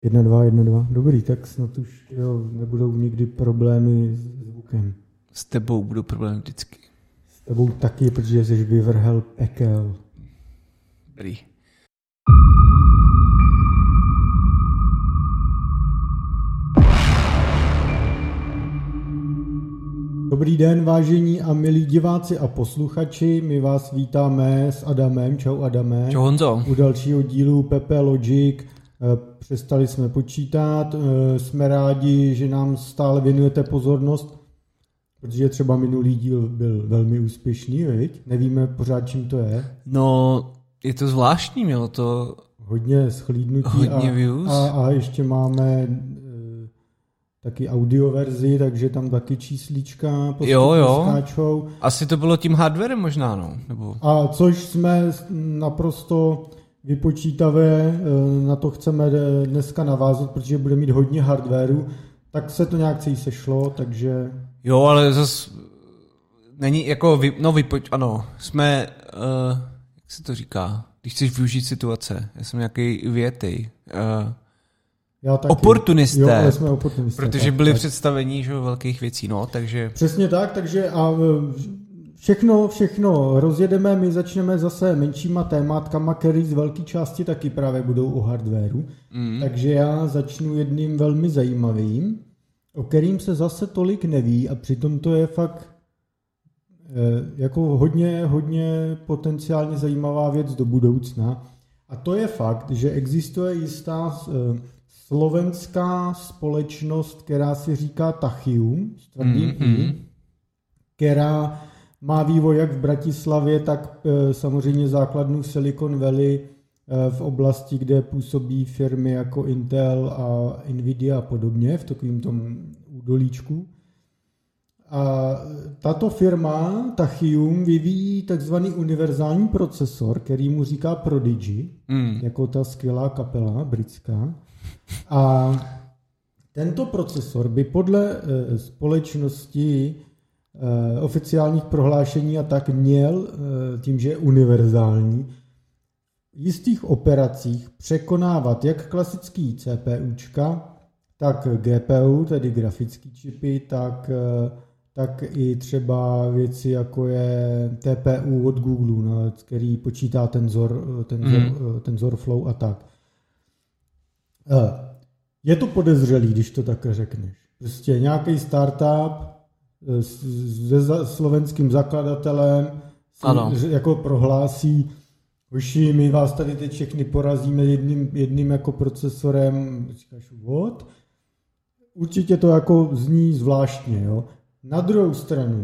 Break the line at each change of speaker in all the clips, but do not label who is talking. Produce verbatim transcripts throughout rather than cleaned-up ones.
Jedna, dva, jedna, dva. Dobrý, tak snad už jo, nebudou nikdy problémy s zvukem.
S tebou budou problémy vždycky.
S tebou taky, protože jsi vyvrhel pekel.
Dobrý.
Dobrý den, vážení a milí diváci a posluchači. My vás vítáme s Adamem. Čau, Adame.
Čau, Honzo.
U dalšího dílu Pepe Logic. Přestali jsme počítat. Jsme rádi, že nám stále věnujete pozornost, protože třeba minulý díl byl velmi úspěšný, viď? Nevíme pořád, čím to je.
No, je to zvláštní, mělo to
hodně schlídnutí
hodně
a,
views.
A, a ještě máme e, taky audioverzi, takže tam taky číslíčka
jo, jo.
skáčou.
Asi to bylo tím hardwarem možná, no. Nebo...
A což jsme naprosto vypočítavé, na to chceme dneska navázat, protože bude mít hodně hardwareu, tak se to nějak celý sešlo, takže...
Jo, ale zase není jako, vy, no vypoč, ano, jsme, uh, jak se to říká, když chceš využít situace, já jsem nějaký větej, uh,
já taky.
Oportunisté,
jo, ale jsme oportunisté,
protože
tak,
byli
tak.
představení, že, velkých věcí, no, takže...
Přesně tak, takže a všechno, všechno rozjedeme, my začneme zase menšíma témátkama, který z velké části taky právě budou o hardwareu, mm. takže já začnu jedním velmi zajímavým, o kterým se zase tolik neví a přitom to je fakt jako hodně, hodně potenciálně zajímavá věc do budoucna. A to je fakt, že existuje jistá slovenská společnost, která si říká Tachium, s tvrdým
mm-hmm.
i, která má vývoj jak v Bratislavě, tak samozřejmě základnu Silicon Valley v oblasti, kde působí firmy jako Intel a Nvidia a podobně, v takovém tom údolíčku. A tato firma, Tachium, vyvíjí takzvaný univerzální procesor, který mu říká Prodigy, mm. jako ta skvělá kapela britská. A tento procesor by podle e, společnosti e, oficiálních prohlášení a tak měl, e, tím, že je univerzální, v jistých operacích překonávat jak klasický CPUčka, tak G P U, tedy grafický čipy, tak, tak i třeba věci jako je T P U od Google, no, který počítá tenzor, tenzor, mm. TensorFlow a tak. Je to podezřelý, když to tak řekneš. Prostě nějaký startup se slovenským zakladatelem si jako prohlásí: Hoši, my vás tady teď všechny porazíme jedním, jedním jako procesorem. Říkáš, what? Určitě to jako zní zvláštně. Jo? Na druhou stranu,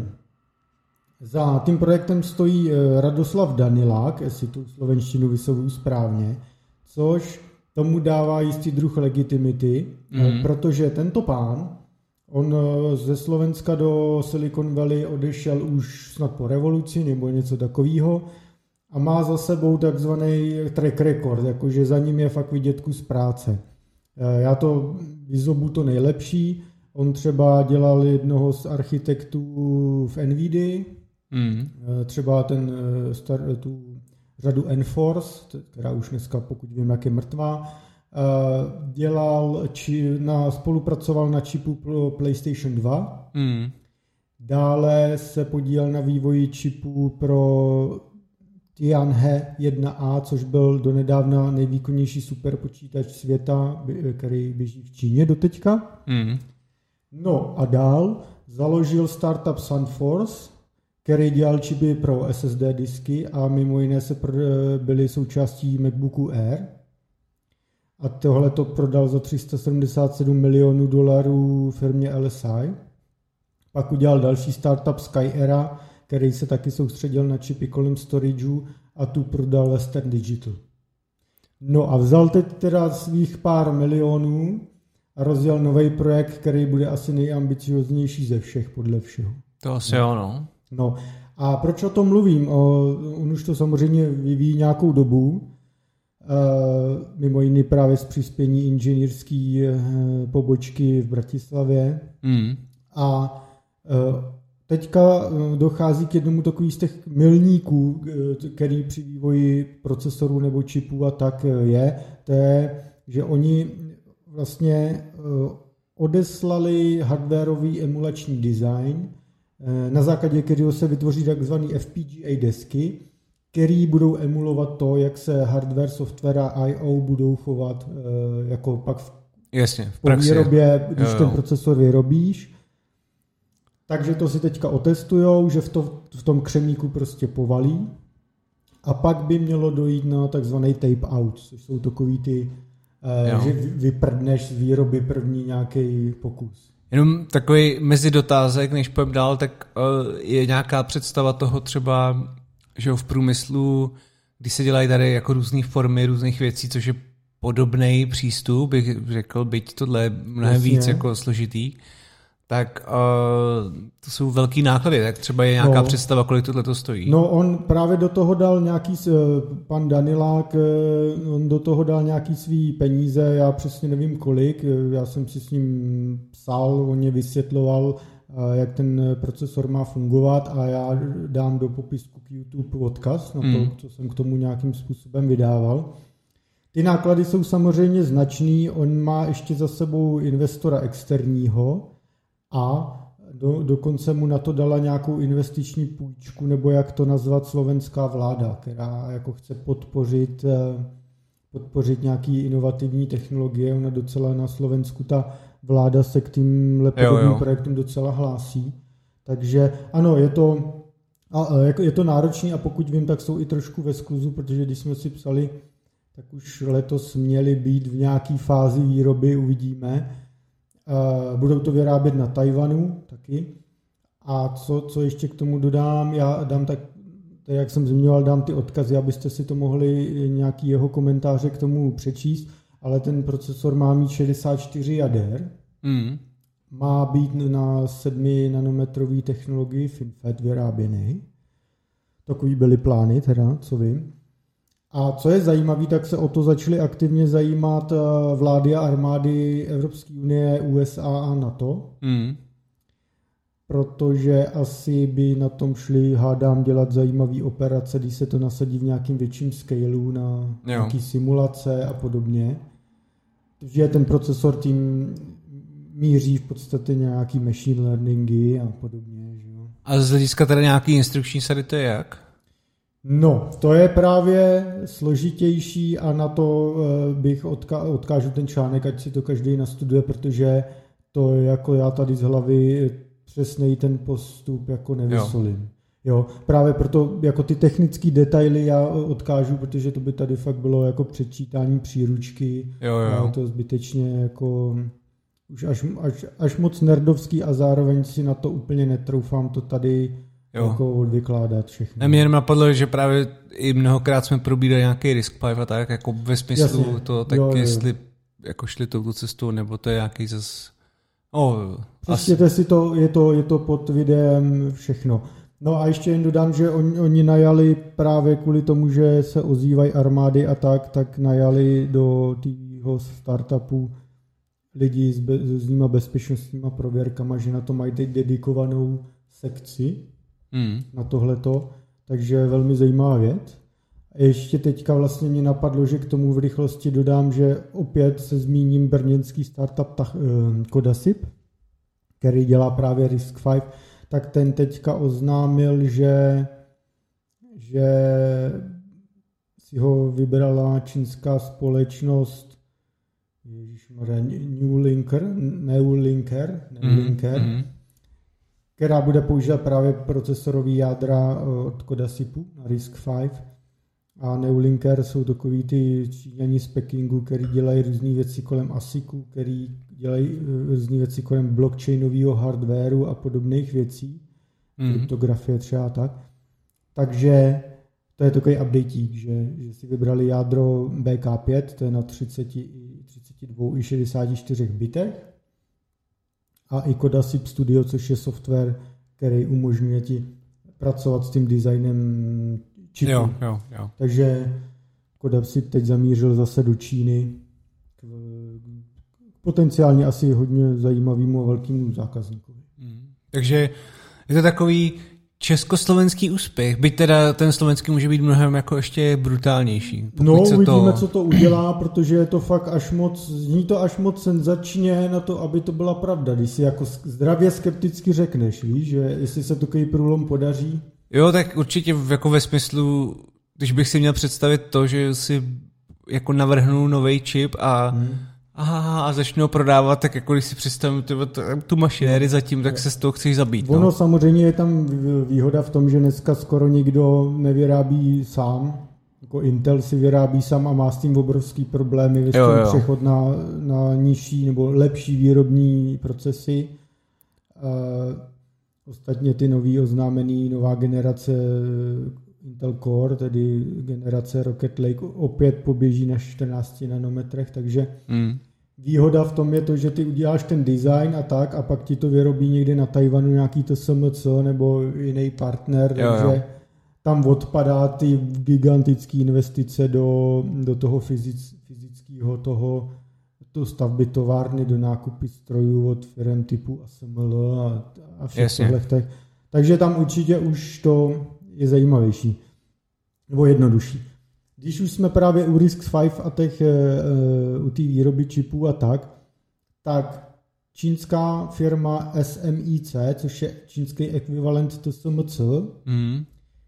za tím projektem stojí Radoslav Danilák, jestli tu slovenštinu vyslovuju správně, což tomu dává jistý druh legitimity, mm. protože tento pán, on ze Slovenska do Silicon Valley odešel už snad po revoluci nebo něco takového, a má za sebou takzvaný track record, jakože za ním je fakt vidět kus práce. Já to vyzobu to nejlepší. On třeba dělal jednoho z architektů v Nvidia, mm. třeba ten, tu řadu Enforce, která už dneska, pokud vím, jak je mrtvá, dělal, či, na, spolupracoval na čipu pro PlayStation dva. Mm. Dále se podílel na vývoji čipů pro Tianhe jedna A, což byl donedávna nejvýkonnější superpočítač světa, který běží v Číně doteďka. Mm. No a dál založil startup SunForce, který dělal čipy pro S S D disky a mimo jiné se byly součástí MacBooku Air. A tohle to prodal za tři sta sedmdesát sedm milionů dolarů firmě L S I. Pak udělal další startup SkyEra, který se taky soustředil na čipy kolem storageu, a tu prodal Western Digital. No a vzal teď teda svých pár milionů a rozjel nový projekt, který bude asi nejambicioznější ze všech podle všeho.
To asi jo, no.
No a proč o tom mluvím? O, on už to samozřejmě vyvíjí nějakou dobu, e, mimo jiný právě z přispění inženýrské e, pobočky v Bratislavě. Mm. A e, teďka dochází k jednomu takový z těch milníků, který při vývoji procesorů nebo čipů a tak je, to je, že oni vlastně odeslali hardwarový emulační design, na základě kterého se vytvoří takzvaný F P G A desky, který budou emulovat to, jak se hardware, software a I O budou chovat jako pak v,
Jasně, v
po
praxi.
výrobě, když
jo, jo.
ten procesor vyrobíš. Takže to si teďka otestujou, že v, to, v tom křemíku prostě povalí a pak by mělo dojít na takzvaný tape out, což jsou takový ty, eh, že vyprdneš z výroby první nějaký pokus.
Jenom takový mezidotázek, než pojďme dál, tak uh, je nějaká představa toho třeba, že v průmyslu, když se dělají tady jako různé formy, různých věcí, což je podobný přístup, bych řekl, byť tohle je mnohem Jasně. víc jako složitý, tak uh, to jsou velký náklady, tak třeba je nějaká no, představa, kolik tohle to stojí.
No on právě do toho dal nějaký, pan Danilák, on do toho dal nějaký svý peníze, já přesně nevím kolik, já jsem si s ním psal, on mě vysvětloval, jak ten procesor má fungovat a já dám do popisku k YouTube odkaz na to, mm. co jsem k tomu nějakým způsobem vydával. Ty náklady jsou samozřejmě značný, on má ještě za sebou investora externího, a do, dokonce mu na to dala nějakou investiční půjčku, nebo jak to nazvat, slovenská vláda, která jako chce podpořit, podpořit nějaký inovativní technologie. Ona docela na Slovensku, ta vláda se k týmhle podobným projektům docela hlásí. Takže ano, je to, a, je to náročný a pokud vím, tak jsou i trošku ve skluzu, protože když jsme si psali, tak už letos měly být v nějaké fázi výroby, uvidíme. Uh, budou to vyrábět na Tajvanu taky. A co, co ještě k tomu dodám, já dám tak, jak jsem zmiňoval, dám ty odkazy, abyste si to mohli nějaký jeho komentáře k tomu přečíst, ale ten procesor má mít šedesát čtyři jader, mm. má být na sedmi nanometrový technologii FinFET vyráběný. Takový byly plány teda, co vím. A co je zajímavé, tak se o to začaly aktivně zajímat vlády a armády Evropské unie, U S A a NATO, mm. protože asi by na tom šli, hádám, dělat zajímavé operace, když se to nasadí v nějakým větším scaleu na jo. nějaký simulace a podobně. Takže ten procesor tím míří v podstatě nějaký machine learningy a podobně. Že jo.
A z hlediska teda nějaký instrukční sady to je jak?
No, to je právě složitější a na to bych odka- odkážu ten článek, ať si to každý nastuduje, protože to jako já tady z hlavy přesnej ten postup jako nevysolím. Jo. jo, právě proto jako ty technické detaily já odkážu, protože to by tady fakt bylo jako přečítání příručky.
Jo, jo.
A to zbytečně jako už až, až, až moc nerdovský a zároveň si na to úplně netroufám to tady Jo. jako odvykládat všechno.
A mě jenom napadlo, že právě i mnohokrát jsme probírali nějaký RISC-V a tak, jako ve smyslu Jasně. to, tak jo, jestli jo. jako šli touto cestou, nebo to je nějaký zas... Oh,
Přečtěte asi... si to, je to, je to pod videem všechno. No a ještě jen dodám, že on, oni najali právě kvůli tomu, že se ozývají armády a tak, tak najali do tého startupu lidi s, be, s různýma bezpečnostníma prověrkama, že na to mají teď dedikovanou sekci, Mm. na tohleto, takže velmi zajímavá věc. A ještě teďka vlastně mě napadlo, že k tomu v rychlosti dodám, že opět se zmíním brněnský startup tach, eh, Codasip, který dělá právě RISC-V, tak ten teďka oznámil, že, že si ho vybrala čínská společnost ježišmarja, Newlinker, Newlinker, Newlinker mm. která bude používat právě procesorový jádra od Codasipu na RISC-V. A Newlinker jsou takový ty Číňani z Pekingu, který dělají různé věci kolem ASICu, který dělají různé věci kolem blockchainového hardwareu a podobných věcí. Mm. Kryptografie třeba tak. Takže to je takový updateík, že, že si vybrali jádro B K pět, to je na třicet, třicet dva i šedesát čtyři bitech. A i Codasip Studio, což je software, který umožňuje ti pracovat s tím designem čipu.
Jo, jo, jo.
Takže Codasip teď zamířil zase do Číny k potenciálně asi hodně zajímavému a velkému zákazníkovi.
Hmm. Takže je to takový, československý úspěch, byť teda ten slovenský může být mnohem jako ještě brutálnější.
No, uvidíme, to... co to udělá, protože je to fakt až moc, zní to až moc senzačně na to, aby to byla pravda, když si jako zdravě skepticky řekneš, víš, že jestli se takový průlom podaří.
Jo, tak určitě jako ve smyslu, když bych si měl představit to, že si jako navrhnu nový čip a hmm. Aha, a začnu ho prodávat, tak jako když si představím tu, tu mašinérii zatím, tak se z toho chceš zabít.
Ono
no.
samozřejmě je tam výhoda v tom, že dneska skoro nikdo nevyrábí sám. Jako Intel si vyrábí sám a má s tím obrovský problémy, ve jo, jo. přechod na, na nižší nebo lepší výrobní procesy. Uh, ostatně ty nový oznámený, nová generace Intel Core, tedy generace Rocket Lake, opět poběží na čtrnácti nanometrech, takže mm. výhoda v tom je to, že ty uděláš ten design a tak a pak ti to vyrobí někde na Tajvanu nějaký T S M C nebo jiný partner, jo, takže jo. tam odpadá ty gigantické investice do, do toho fyzic, fyzického toho to stavby továrny, do nákupy strojů od firm typu A S M L a, a všech tohle. Takže tam určitě už to je zajímavější, nebo jednodušší. Když už jsme právě u RISC pět a těch, u té výroby čipů a tak, tak čínská firma S M I C, což je čínský ekvivalent T S M C, mm.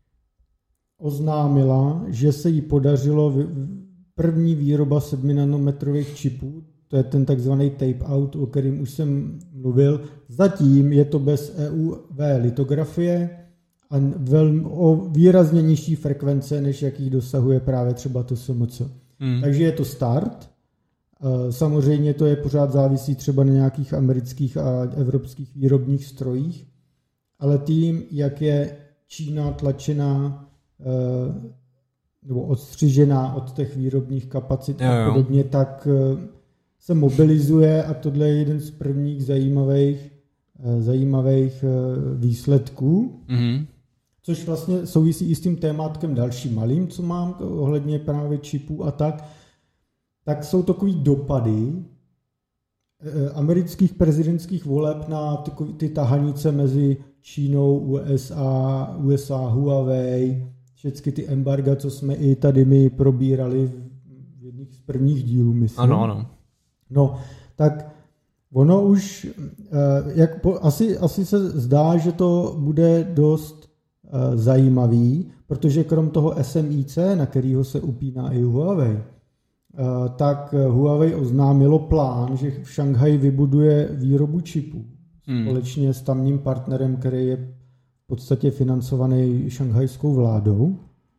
oznámila, že se jí podařilo první výroba sedminanometrových čipů, to je ten takzvaný tape-out, o kterém už jsem mluvil. Zatím je to bez E U V litografie a velmi, o výrazně nižší frekvence, než jakých dosahuje právě třeba T S M C. Hmm. Takže je to start. Samozřejmě to je pořád závisí třeba na nějakých amerických a evropských výrobních strojích, ale tím, jak je Čína tlačená nebo odstřižená od těch výrobních kapacit jo, a podobně, tak se mobilizuje a tohle je jeden z prvních zajímavých, zajímavých výsledků, mm-hmm. což vlastně souvisí i s tím témátkem dalším malým, co mám ohledně právě čipů a tak, tak jsou takový dopady amerických prezidentských voleb na ty, ty tahanice mezi Čínou, U S A, U S A, Huawei, všechny ty embarga, co jsme i tady my probírali v jedných z prvních dílů, myslím.
Ano, ano.
No, tak ono už, jak po, asi, asi se zdá, že to bude dost uh, zajímavý, protože krom toho S M I C, na kterýho se upíná i Huawei, uh, tak Huawei oznámilo plán, že v Šanghaji vybuduje výrobu čipů hmm. společně s tamním partnerem, který je v podstatě financovaný šanghajskou vládou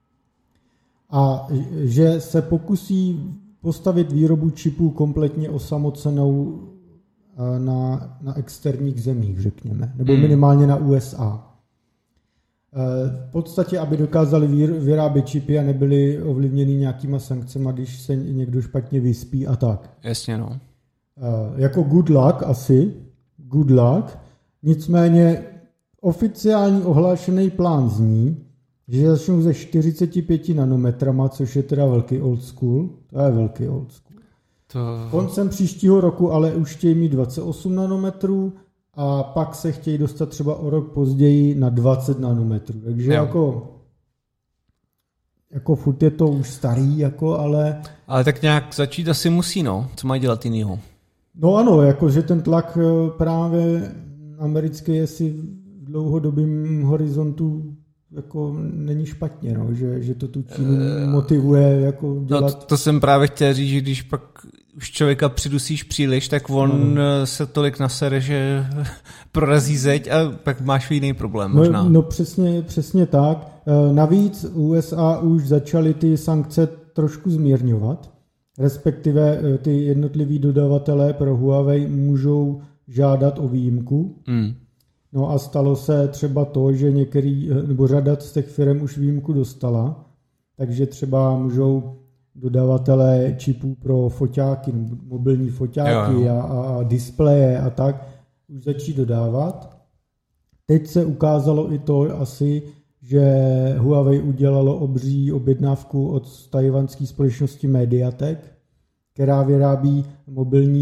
a že se pokusí postavit výrobu čipů kompletně osamocenou na, na externích zemích, řekněme, nebo minimálně na U S A. V podstatě, aby dokázali vyrábět čipy a nebyly ovlivněny nějakýma sankcemi, když se někdo špatně vyspí a tak.
Jasně, no.
Jako good luck asi, good luck, nicméně oficiální ohlášený plán zní, že začnou ze čtyřicet pět nanometrama, což je teda velký old school. To je velký old school. To... Koncem příštího roku ale už chtějí mít dvacet osm nanometrů a pak se chtějí dostat třeba o rok později na dvacet nanometrů. Takže jo. jako jako furt je to už starý, jako, ale...
Ale tak nějak začít asi musí, no. Co mají dělat jinýho?
No ano, jakože ten tlak právě americký je si v dlouhodobém horizontu jako není špatně, no, že, že to tu Čínu motivuje jako dělat.
No to, to jsem právě chtěl říct, že když pak už člověka přidusíš příliš, tak on no. se tolik nasere, že prorazí zeď a pak máš jiný problém možná.
No, no přesně, přesně tak. Navíc U S A už začaly ty sankce trošku zmírňovat, respektive ty jednotliví dodavatelé pro Huawei můžou žádat o výjimku. Hmm. No a stalo se třeba to, že některý, nebo řada z těch firm už výjimku dostala, takže třeba můžou dodavatelé čipů pro foťáky, mobilní foťáky jo, jo. A, a displeje a tak už začít dodávat. Teď se ukázalo i to asi, že Huawei udělalo obří objednávku od tajvanské společnosti Mediatek, která vyrábí mobilní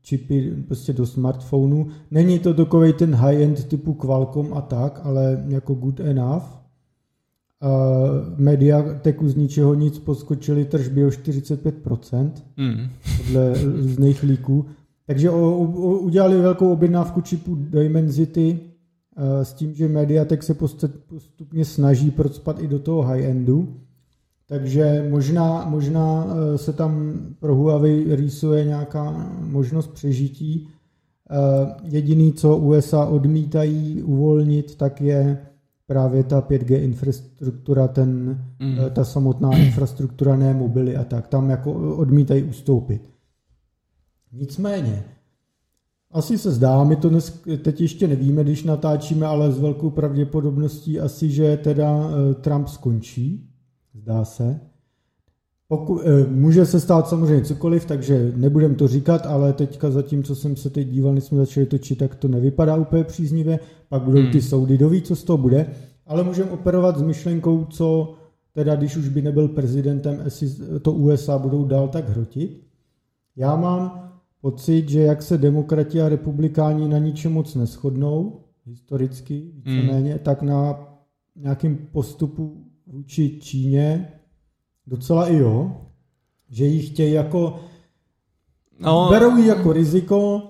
čipy prostě do smartphonu. Není to takovej ten high-end typu Qualcomm a tak, ale jako good enough. Uh, Mediateku z ničeho nic podskočily tržby o čtyřicet pět procent mm. podle různých líků. Takže o, o, udělali velkou objednávku čipů Dimensity uh, s tím, že Mediatek se postupně snaží procpat i do toho high-endu. Takže možná, možná uh, se tam pro Huawei rýsuje nějaká možnost přežití. Uh, jediný, co U S A odmítají uvolnit, tak je právě ta pět G infrastruktura, ten, mm. ta samotná infrastruktura, ne mobily a tak. Tam jako odmítají ustoupit. Nicméně, asi se zdá, my to dnes, teď ještě nevíme, když natáčíme, ale s velkou pravděpodobností asi, že teda Trump skončí. Zdá se. Poku, může se stát samozřejmě cokoliv, takže nebudem to říkat, ale teďka zatím, co jsem se teď díval, než jsme začali točit, tak to nevypadá úplně příznivě. Pak budou hmm. ty soudy, doví, co z toho bude. Ale můžeme operovat s myšlenkou, co teda, když už by nebyl prezidentem, jestli to U S A budou dál tak hrotit. Já mám pocit, že jak se demokrati a republikáni na ničem moc neshodnou, historicky víceméně, hmm. tak na nějakém postupu vůči Číně docela i jo, že ji chtějí jako, no, berou ji jako riziko, uh,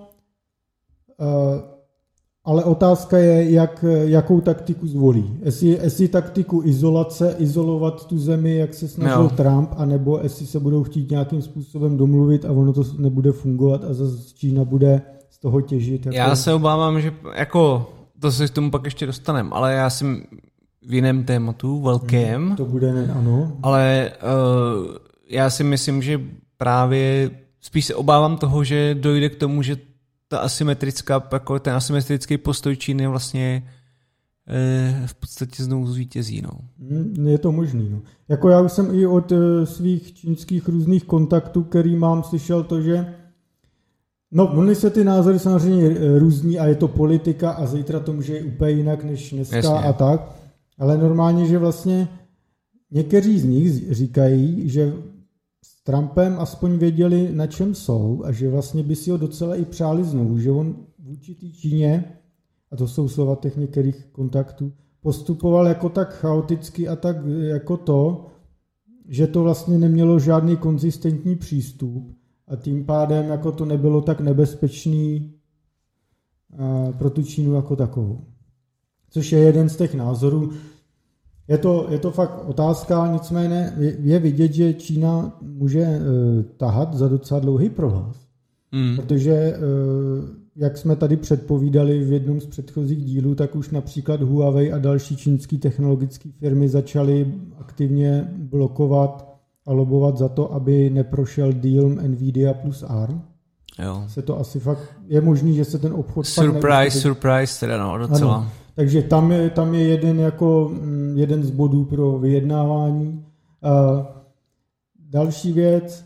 ale otázka je, jak, jakou taktiku zvolí. Jestli, jestli taktiku izolace, izolovat tu zemi, jak se snažil no. Trump, anebo jestli se budou chtít nějakým způsobem domluvit a ono to nebude fungovat a zase Čína bude z toho těžit. Jako...
Já se obávám, že jako, to se k tomu pak ještě dostaneme, ale já jsem v jiném tématu, velkém.
To bude, ne, ano.
Ale uh, já si myslím, že právě spíš se obávám toho, že dojde k tomu, že ta asymetrická, jako ten asymetrický postoj Číny vlastně uh, v podstatě znovu zvítězí. No.
Je to možný. No. Jako já už jsem i od uh, svých čínských různých kontaktů, který mám, slyšel to, že no, oni se ty názory samozřejmě různí a je to politika a zítra to může úplně jinak než dneska. Jasně. A tak. Ale normálně, že vlastně někteří z nich říkají, že s Trumpem aspoň věděli, na čem jsou a že vlastně by si ho docela i přáli znovu, že on vůči té Číně, a to jsou slova těch některých kontaktů, postupoval jako tak chaoticky a tak jako to, že to vlastně nemělo žádný konzistentní přístup a tím pádem jako to nebylo tak nebezpečný pro tu Čínu jako takovou. Což je jeden z těch názorů. Je to, je to fakt otázka, nicméně je, je vidět, že Čína může e, tahat za docela dlouhý prohlas. Mm. Protože, e, jak jsme tady předpovídali v jednom z předchozích dílů, tak už například Huawei a další čínské technologické firmy začaly aktivně blokovat a lobovat za to, aby neprošel deal Nvidia plus A R M. Jo. Se to asi fakt, je možný, že se ten obchod...
Surprise, surprise, teda no, docela. Ano.
Takže tam je, tam je jeden, jako, jeden z bodů pro vyjednávání. Uh, další věc,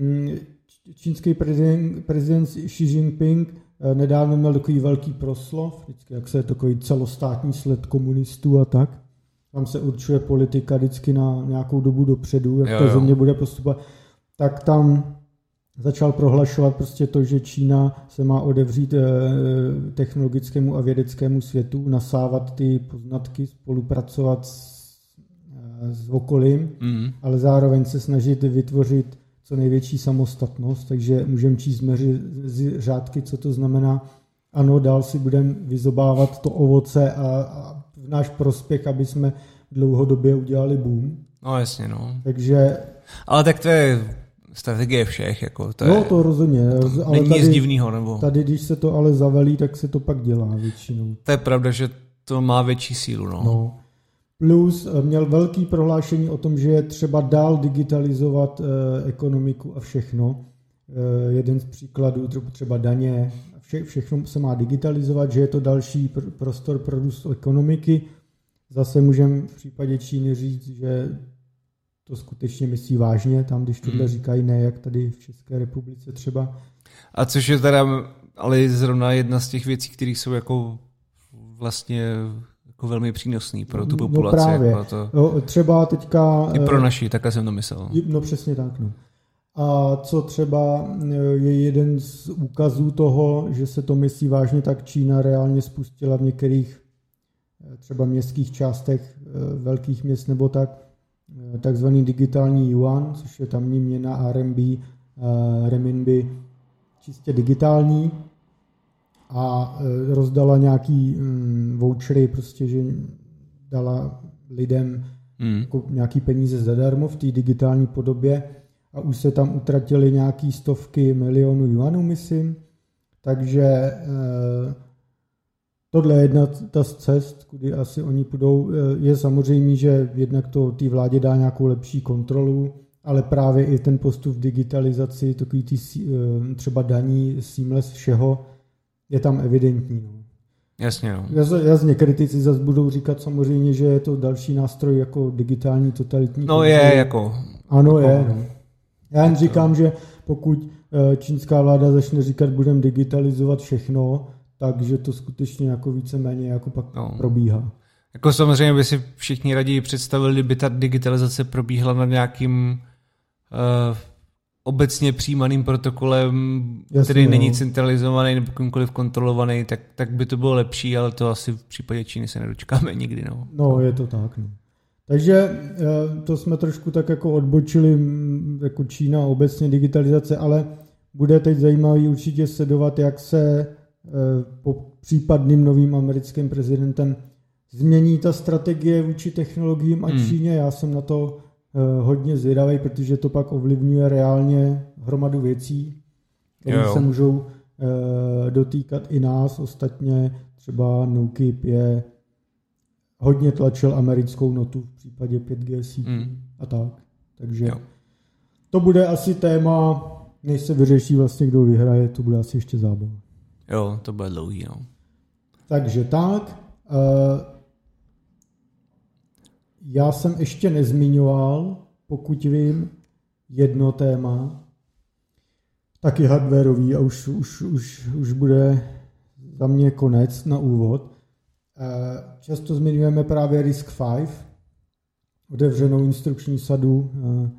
čínský prezident, prezident Xi Jinping uh, nedávno měl takový velký proslov, vždycky, jak se je takový celostátní sled komunistů a tak. Tam se určuje politika vždycky na nějakou dobu dopředu, jak jo, ta země bude postupovat. Tak tam začal prohlašovat prostě to, že Čína se má otevřít technologickému a vědeckému světu, nasávat ty poznatky, spolupracovat s, s okolím, mm. ale zároveň se snažit vytvořit co největší samostatnost, takže můžeme číst mezi řádky, co to znamená. Ano, dál si budeme vyzobávat to ovoce a, a v náš prospěch, aby jsme dlouhodobě udělali boom.
No jasně, no.
Takže...
Ale tak to je strategie všech, jako to
no,
je...
to rozhodně.
To
ale
není
tady,
nic divného, nebo...
Tady, když se to ale zavelí, tak se to pak dělá většinou.
To je pravda, že to má větší sílu, no.
no. Plus měl velký prohlášení o tom, že je třeba dál digitalizovat eh, ekonomiku a všechno. Eh, jeden z příkladů, třeba daně, vše, všechno se má digitalizovat, že je to další pr- prostor pro růst ekonomiky. Zase můžeme v případě Číny říct, že to skutečně myslí vážně, tam když tohle hmm. říkají, ne jak tady v České republice třeba.
A což je teda ale zrovna jedna z těch věcí, které jsou jako vlastně jako velmi přínosný pro tu populaci.
No právě.
Jako to...
no, třeba teďka...
I pro naši, takhle jsem to myslel.
No přesně tak, no. A co třeba je jeden z úkazů toho, že se to myslí vážně, tak Čína reálně spustila v některých třeba městských částech velkých měst nebo tak, takzvaný digitální yuan, což je tamní měna R M B, renminbi, čistě digitální, a rozdala nějaký vouchery, prostě, že dala lidem mm. jako nějaký peníze zadarmo v té digitální podobě a už se tam utratily nějaký stovky milionů juanů, myslím. Takže tohle je jedna ta z cest, kudy asi oni půjdou. Je samozřejmě, že jednak to té vládě dá nějakou lepší kontrolu, ale právě i ten postup v digitalizaci, takový ty třeba daní, seamless všeho, je tam evidentní. No.
Jasně, no.
Jasně, kritici zase budou říkat samozřejmě, že je to další nástroj jako digitální totalitní.
No kontrol. Je, jako.
Ano, je. No. Já jen říkám, že pokud čínská vláda začne říkat, budeme digitalizovat všechno, takže to skutečně jako víceméně jako pak no. probíhá.
Jako samozřejmě by si všichni raději představili, kdyby ta digitalizace probíhala nad nějakým uh, obecně přijímaným protokolem, Jasně, který no. není centralizovaný nebo kýmkoliv kontrolovaný, tak, tak by to bylo lepší, ale to asi v případě Číny se nedočkáme nikdy. No,
no je to tak. No. Takže to jsme trošku tak jako odbočili jako Čína obecně digitalizace, ale bude teď zajímavý určitě sledovat, jak se po případným novým americkým prezidentem změní ta strategie vůči technologiím a hmm. Číně. Já jsem na to hodně zvědavý, protože to pak ovlivňuje reálně hromadu věcí, které se můžou dotýkat i nás. Ostatně třeba NoKip je hodně tlačil americkou notu v případě pět G sítí mm. a tak. Takže jo. to bude asi téma, než se vyřeší vlastně, kdo vyhraje, to bude asi ještě zábava.
Jo, to bude dlouhý, no.
Takže tak. Uh, já jsem ještě nezmiňoval, pokud vím, jedno téma, taky hardwareový a už, už, už, už bude za mě konec na úvod. Často zmiňujeme právě RISC pět, otevřenou instrukční sadu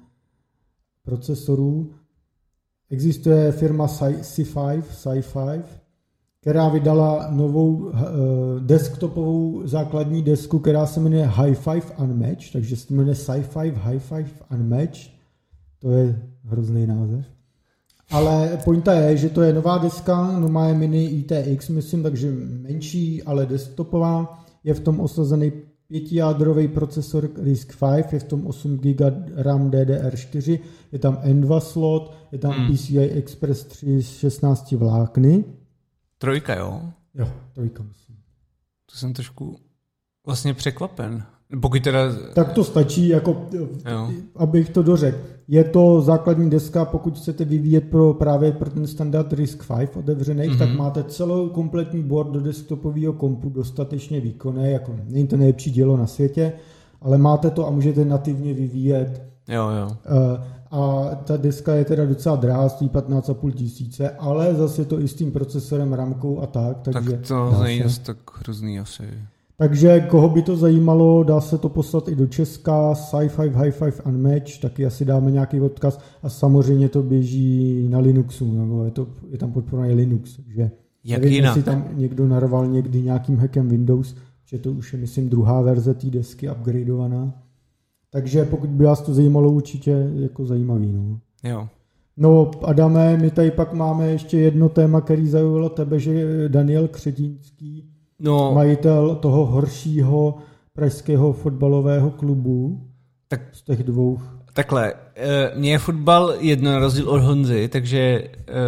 procesorů. Existuje firma C pět, C pět, která vydala novou desktopovou základní desku, která se jmenuje High Five Unmatched, takže se jmenuje C pět High Five Unmatched. To je hrozný název. Ale pointa je, že to je nová deska, no má je mini I T X, myslím, takže menší, ale desktopová. Je v tom osazený pětijádrový procesor RISC pět, je v tom osm gigabajtů RAM D D R čtyři, je tam N dva slot, je tam hmm. P C I Express tři s šestnácti vlákny.
Trojka, jo?
Jo, trojka, myslím.
To jsem trošku vlastně překvapen. Pokud teda...
Tak to stačí, jako, abych to dořekl. Je to základní deska, pokud chcete vyvíjet pro, právě pro ten standard RISC pět otevřených, mm-hmm. tak máte celou kompletní board do desktopového kompu, dostatečně výkonné, jako není to nejlepší dílo na světě, ale máte to a můžete nativně vyvíjet.
Jo, jo.
A ta deska je teda docela drahá, stojí patnáct a půl tisíce, ale zase je to i s tím procesorem, ramkou a tak. Takže
tak to není tak hrozný asi.
Takže koho by to zajímalo, dá se to poslat i do Česka, C pět High Five Unmatched, taky asi dáme nějaký odkaz a samozřejmě to běží na Linuxu, nebo je, to, je tam podporovaný Linux, takže
jak
nevím,
jinak.
jestli tam někdo narval někdy nějakým hackem Windows, že to už je, myslím, druhá verze té desky upgradeovaná. Takže pokud by vás to zajímalo, určitě jako zajímavý. No.
Jo.
No Adame, my tady pak máme ještě jedno téma, který zaujalo tebe, že Daniel Křetínský, no, majitel toho horšího pražského fotbalového klubu, tak z těch dvou.
Takhle, mně je fotbal jedno na rozdíl od Honzy, takže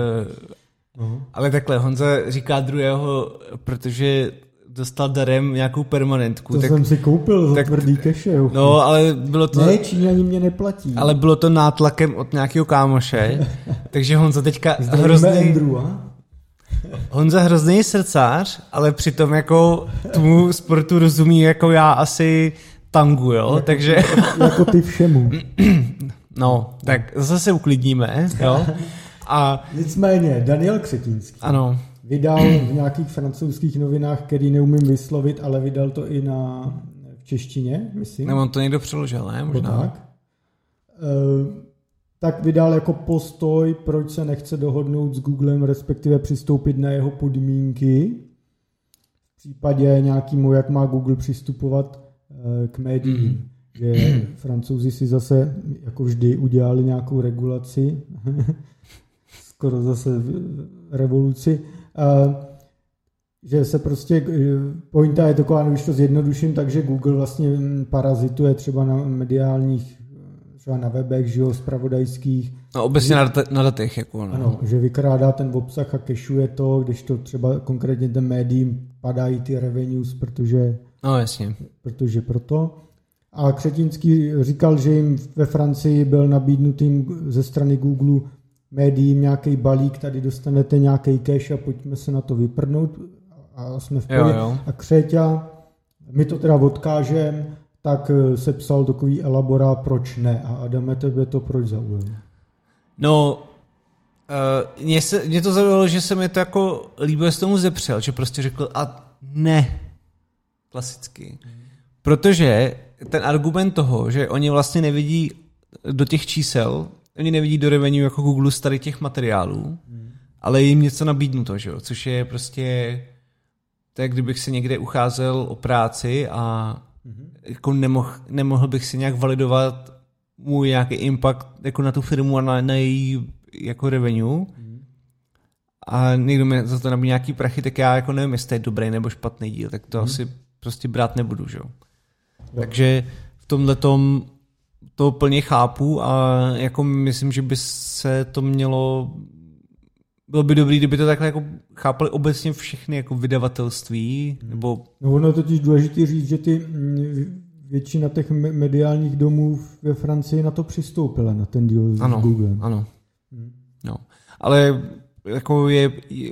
uh, ale takhle, Honza říká druhého, protože dostal darem nějakou permanentku.
To
tak,
jsem si koupil za tak, tvrdý keše.
No, ale bylo to...
Ne, Číňani mě neplatí.
Ale bylo to nátlakem od nějakého kámoše, takže Honza teďka hrozný... Honza hrozný srdcář, ale přitom jako tomu sportu rozumí jako já asi tangu, jo, jako, takže...
Jako ty všemu.
No, tak zase se uklidníme, jo. A...
Nicméně, Daniel Křetínský
ano.
vydal v nějakých francouzských novinách, který neumím vyslovit, ale vydal to i na v češtině, myslím.
Nebo on to někdo přeložil, ne? Možná.
Tak. E, tak vydal jako postoj, proč se nechce dohodnout s Googlem, respektive přistoupit na jeho podmínky. V případě nějakému, jak má Google přistupovat k médiím. Mm. Že Francouzi si zase, jako vždy, udělali nějakou regulaci. Skoro zase revoluci. Že se prostě, pointa je taková, když to zjednoduším, takže Google vlastně parazituje třeba na mediálních, třeba na webech, že jo, zpravodajských.
No obecně na, na datech. Jako, no.
Ano, že vykrádá ten obsah a kešuje to, když to třeba konkrétně ten médiím padají ty revenues, protože...
No jasně.
Protože proto. A Křetínský říkal, že jim ve Francii byl nabídnutý ze strany Google médiím nějaký balík, tady dostanete nějaký cash a pojďme se na to vyprdnout a jsme v pohodě. A Křeťa, my to teda odkážem, tak se psal takový elaborát, proč ne. A Adame, tebe to proč zaujalo?
No, uh, mě, se, mě to zaujalo, že se mi to jako líbilo, s tomu zepřel, že prostě řekl a ne. Klasicky. Hmm. Protože ten argument toho, že oni vlastně nevidí do těch čísel, oni nevidí do revenue jako Google z tady těch materiálů, hmm. ale je jim něco nabídnuto, že jo? Což je prostě tak, kdybych se někde ucházel o práci a hmm. jako nemohl, nemohl bych si nějak validovat můj nějaký impact jako na tu firmu a na, na její jako revenue hmm. a někdo mi za to nabídí nějaký prachy, tak já jako nevím, jestli to je dobrý nebo špatný díl, tak to hmm. asi prostě brát nebudu, že jo? Takže v tomhletom to plně chápu a jako myslím, že by se to mělo, bylo by dobrý, kdyby to takhle jako chápali obecně všechny jako vydavatelství, nebo...
No ono je totiž důležité říct, že ty většina těch mediálních domů ve Francii na to přistoupila, na ten deal s
ano,
Googlem.
Ano, hmm. no. Ale jako je,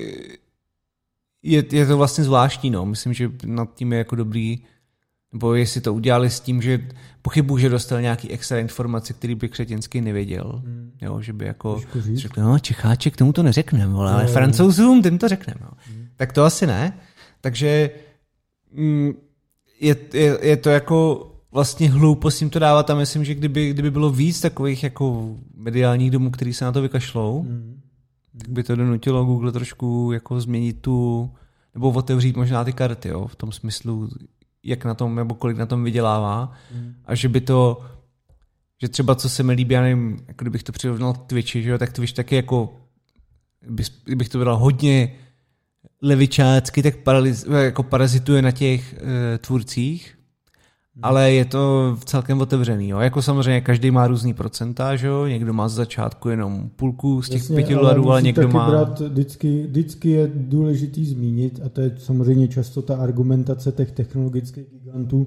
je, je to vlastně zvláštní, no. Myslím, že nad tím je jako dobrý, nebo jestli to udělali s tím, že pochybuji, že dostal nějaký extra informace, který by Křetínský nevěděl. Hmm. Jo, že by jako řekl, no Čecháček, tomu to neřekneme, ale, ale Francouzům tím to řekneme. Hmm. Tak to asi ne. Takže mm, je, je, je to jako vlastně hloupost jim to dávat a myslím, že kdyby, kdyby bylo víc takových jako mediálních domů, který se na to vykašlou, hmm. tak by to donutilo Google trošku jako změnit tu, nebo otevřít možná ty karty, jo, v tom smyslu, jak na tom, nebo kolik na tom vydělává hmm. a že by to, že třeba co se mi líbí, já nevím, jako kdybych to přirovnal k Twitchi, že jo, tak Twitch taky jako, kdybych to vydal hodně levičácky, tak paraliz, jako parazituje na těch uh, tvůrcích, hmm. ale je to celkem otevřený, jo, jako samozřejmě každý má různý procenta, že jo, někdo má z začátku jenom půlku z těch Jasně, pěti dolarů, ale, ale někdo má...
Brát, vždycky, vždycky je důležitý zmínit, a to je samozřejmě často ta argumentace těch technologických gigantů,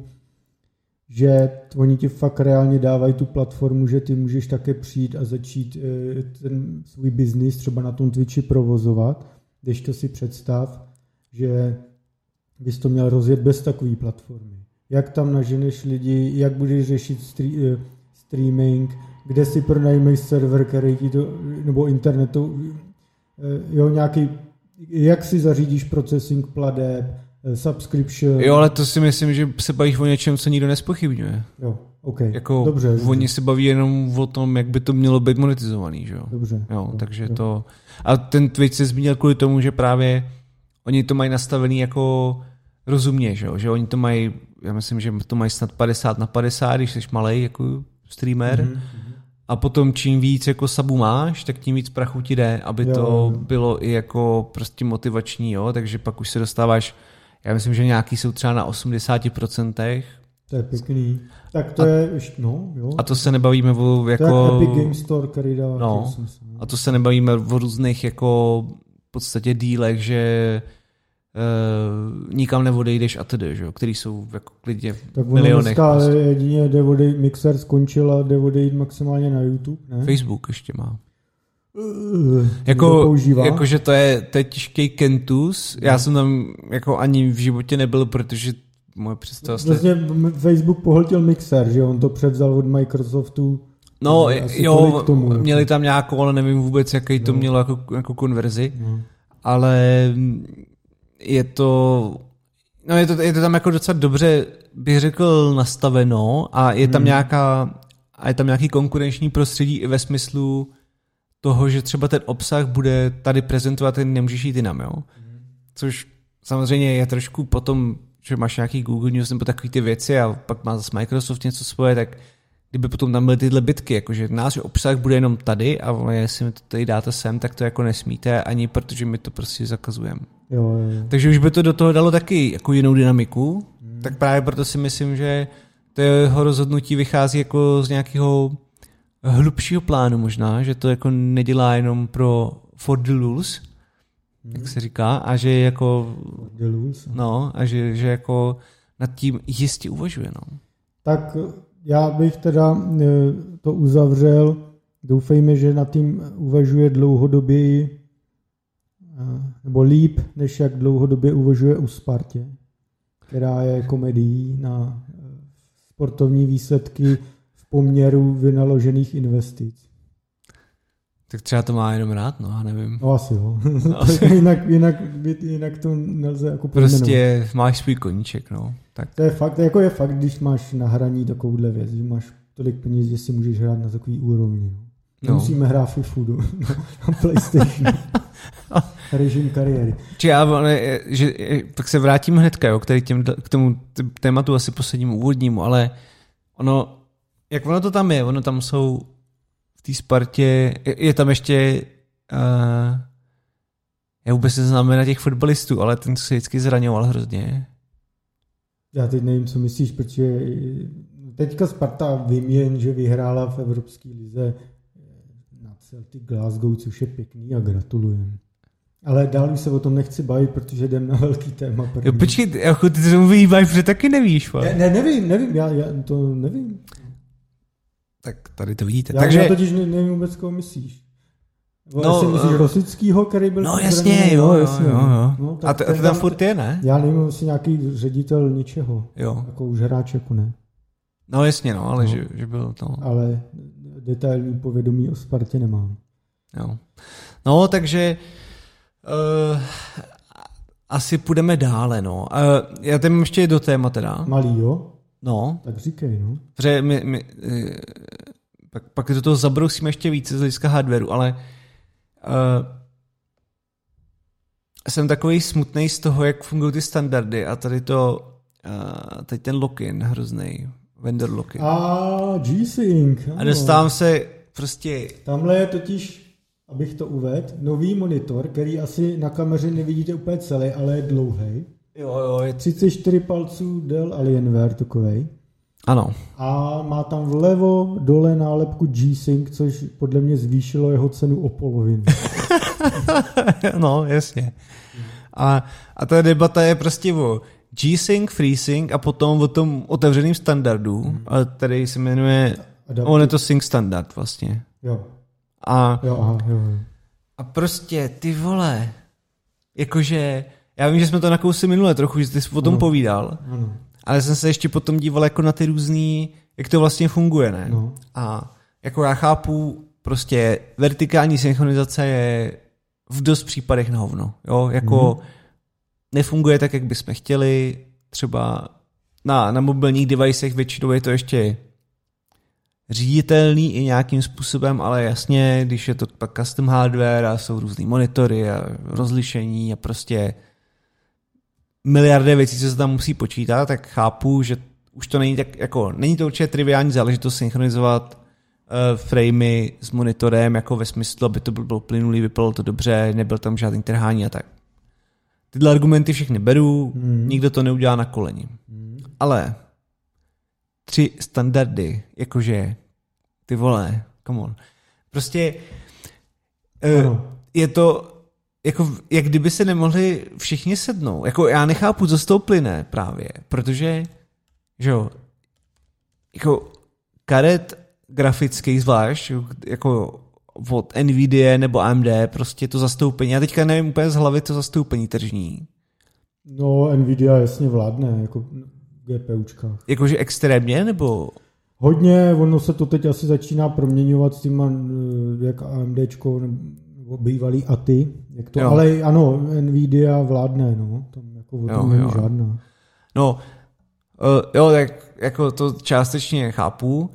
že oni ti fakt reálně dávají tu platformu, že ty můžeš také přijít a začít ten svůj biznis třeba na tom Twitchi provozovat, když to si představ, že bys to měl rozjet bez takové platformy. Jak tam naženeš lidi, jak budeš řešit strí, streaming, kde si pronajmeš server, který ti to, nebo internetu, jo, nějaký, jak si zařídíš processing pladeb, subscription.
Jo, ale to si myslím, že se bavíš o něčem, co nikdo nespochybňuje.
Jo, ok.
Jako
dobře.
Oni dobře. se baví jenom o tom, jak by to mělo být monetizovaný, že jo.
Dobře.
Jo, jo, takže jo. to... A ten Twitch se zmínil kvůli tomu, že právě oni to mají nastavený jako rozumně, že jo, že oni to mají, já myslím, že to mají snad padesát na padesát, když jsi malej jako streamer. Mm-hmm. A potom čím víc jako sabu máš, tak tím víc prachu ti jde, aby jo, to jo. bylo i jako prostě motivační, jo, takže pak už se dostáváš, já myslím, že nějaký jsou třeba na osmdesát procent.
To je pěkný. Tak to a, je, no, jo.
A to se nebavíme o jako...
To je Epic Game Store, který dává
no, smysl. A to se nebavíme o různých jako v podstatě dílech, že Uh, nikam neodejdeš a tedy, že? Který jsou jako klidně v
tak
milionech. Tak
prostě. Jedině jde odejít, Mixer skončil a jde odejít maximálně na YouTube, ne?
Facebook ještě má. Uh, jako, jako, že to je, to je těžký kentus. Já jsem tam jako ani v životě nebyl, protože moje představa...
Vlastně Facebook pohltil Mixer, že on to převzal od Microsoftu.
No jo, tomu, měli jako. Tam nějakou, ale nevím vůbec, jaký to no. mělo jako, jako konverzi, no. ale... Je to, no je to, je to tam jako docela dobře, bych řekl, nastaveno a je tam hmm. nějaká a je tam nějaký konkurenční prostředí i ve smyslu toho, že třeba ten obsah bude tady prezentovat, ten nemůžeš jít jinam, jo? Mm. Což samozřejmě je trošku potom, že máš nějaký Google News nebo takový ty věci a pak má zase Microsoft něco svoje, tak kdyby potom tam byly tyhle bitky, jakože náš obsah bude jenom tady a jestli mi to tady dáte sem, tak to jako nesmíte ani, protože my to prostě zakazujeme.
Jo, jo, jo.
Takže už by to do toho dalo taky jako jinou dynamiku, hmm. tak právě proto si myslím, že to jeho rozhodnutí vychází jako z nějakého hlubšího plánu možná, že to jako nedělá jenom pro for the rules, hmm. jak se říká, a že jako
the rules,
no, a že, že jako nad tím jistě uvažuje, no.
Tak já bych teda to uzavřel. Doufejme, že nad tím uvažuje dlouhodoběji nebo líp, než jak dlouhodobě uvažuje u Spartě, která je komedií na sportovní výsledky v poměru vynaložených investic.
Tak třeba to má jenom rád, no, já nevím.
No asi jo. No, asi. jinak, jinak, jinak to nelze jako pojmenovat.
Prostě máš svůj koníček, no. Tak.
To je fakt, jako je fakt, když máš na hraní takovouhle věc, že máš tolik peněz, že si můžeš hrát na takový úrovni. No. Nemusíme no. hrát FIFU na PlayStation. Režim kariéry.
Či já, že, tak se vrátím hnedka, jo, který těm, k tomu tématu asi poslednímu úvodnímu, ale ono, jak ono to tam je, ono tam jsou v té Spartě, je, je tam ještě uh, já vůbec neznám na těch fotbalistů, ale ten se vždycky zraňoval hrozně.
Já teď nevím, co myslíš, protože teďka Sparta vyměn, že vyhrála v Evropské lize na Celtic Glasgow, což je pěkný a gratulujem. Ale dál už se o tom nechci bavit, protože jdem na velký téma.
Jo, počkej, jako ty to vyhýbáš, protože taky nevíš.
Ne, ne, nevím, nevím, já, já to nevím.
Tak tady to vidíte.
Já,
Takže...
já totiž ne, nevím vůbec, koho myslíš.
No,
jestli myslíš Rosickýho, který byl...
No jasně, jo, jo, jo. jo.
No,
a to tam furt je, ne?
Já nevím, jestli nějaký ředitel ničeho.
Jo.
Jako už hráč, jako ne.
No jasně, no, ale no. Že, že byl to...
Ale detailní povědomí o Spartě nemám.
Jo. No, takže... Uh, asi půjdeme dále, no. Uh, já tam ještě do téma teda.
Malý, jo?
No.
Tak říkej, no.
Protože my, my, uh, pak, pak do toho zabrousíme ještě více z hlediska hardwareu, ale uh, jsem takový smutnej z toho, jak fungují ty standardy a tady to, uh, tady ten lock-in hroznej, vendor lock-in.
A G-Sync.
A dostávám se prostě...
Tamhle je totiž... Abych to uvedl, nový monitor, který asi na kameře nevidíte úplně celý, ale je dlouhý.
Jo, jo. Je...
třicet čtyři palců Dell Alienware takovej.
Ano.
A má tam vlevo dole nálepku G-Sync, což podle mě zvýšilo jeho cenu o polovinu.
No, jasně. A, a ta debata je prostě o G-Sync, FreeSync a potom o tom otevřeným standardu, hmm. ale tady se jmenuje, Adaptiv. On je to Sync standard vlastně.
Jo.
A,
jo, aha, jo, jo.
a prostě ty vole, jakože, já vím, že jsme to nakousli minule trochu, že jsi o tom ano. povídal,
ano.
ale jsem se ještě potom díval jako na ty různý, jak to vlastně funguje, ne?
No.
A jako já chápu, prostě vertikální synchronizace je v dost případech na hovno, jo, jako hmm. nefunguje tak, jak bychom chtěli, třeba na, na mobilních devicech většinou je to ještě říditelný i nějakým způsobem, ale jasně, když je to pak custom hardware a jsou různý monitory a rozlišení a prostě miliardy věcí, co se tam musí počítat, tak chápu, že už to není tak, jako, není to určitě triviální záležitost synchronizovat uh, framey s monitorem, jako ve smyslu, aby to bylo plynulý, vypadalo to dobře, nebyl tam žádný trhání a tak. Tyhle argumenty všechny beru, mm. nikdo to neudělá na koleni. Mm. Ale tři standardy, jakože ty vole, come on. Prostě uh, je to jako, jak kdyby se nemohli všichni sednout. Jako já nechápu, co z toho plyne právě, protože že jo, jako karet grafický zvlášť, jako od Nvidia nebo A M D, prostě to zastoupení. Já teďka nevím úplně z hlavy to zastoupení tržní.
No, Nvidia jasně vládne, jako GPUčkách.
Jakože extrémně, nebo?
Hodně, ono se to teď asi začíná proměňovat s těma, jak AMDčko, nebo bývalý A T I, jak to, ale ano, Nvidia vládne, no, tam jako o tom není žádná.
No, uh, jo, tak jako to částečně chápu,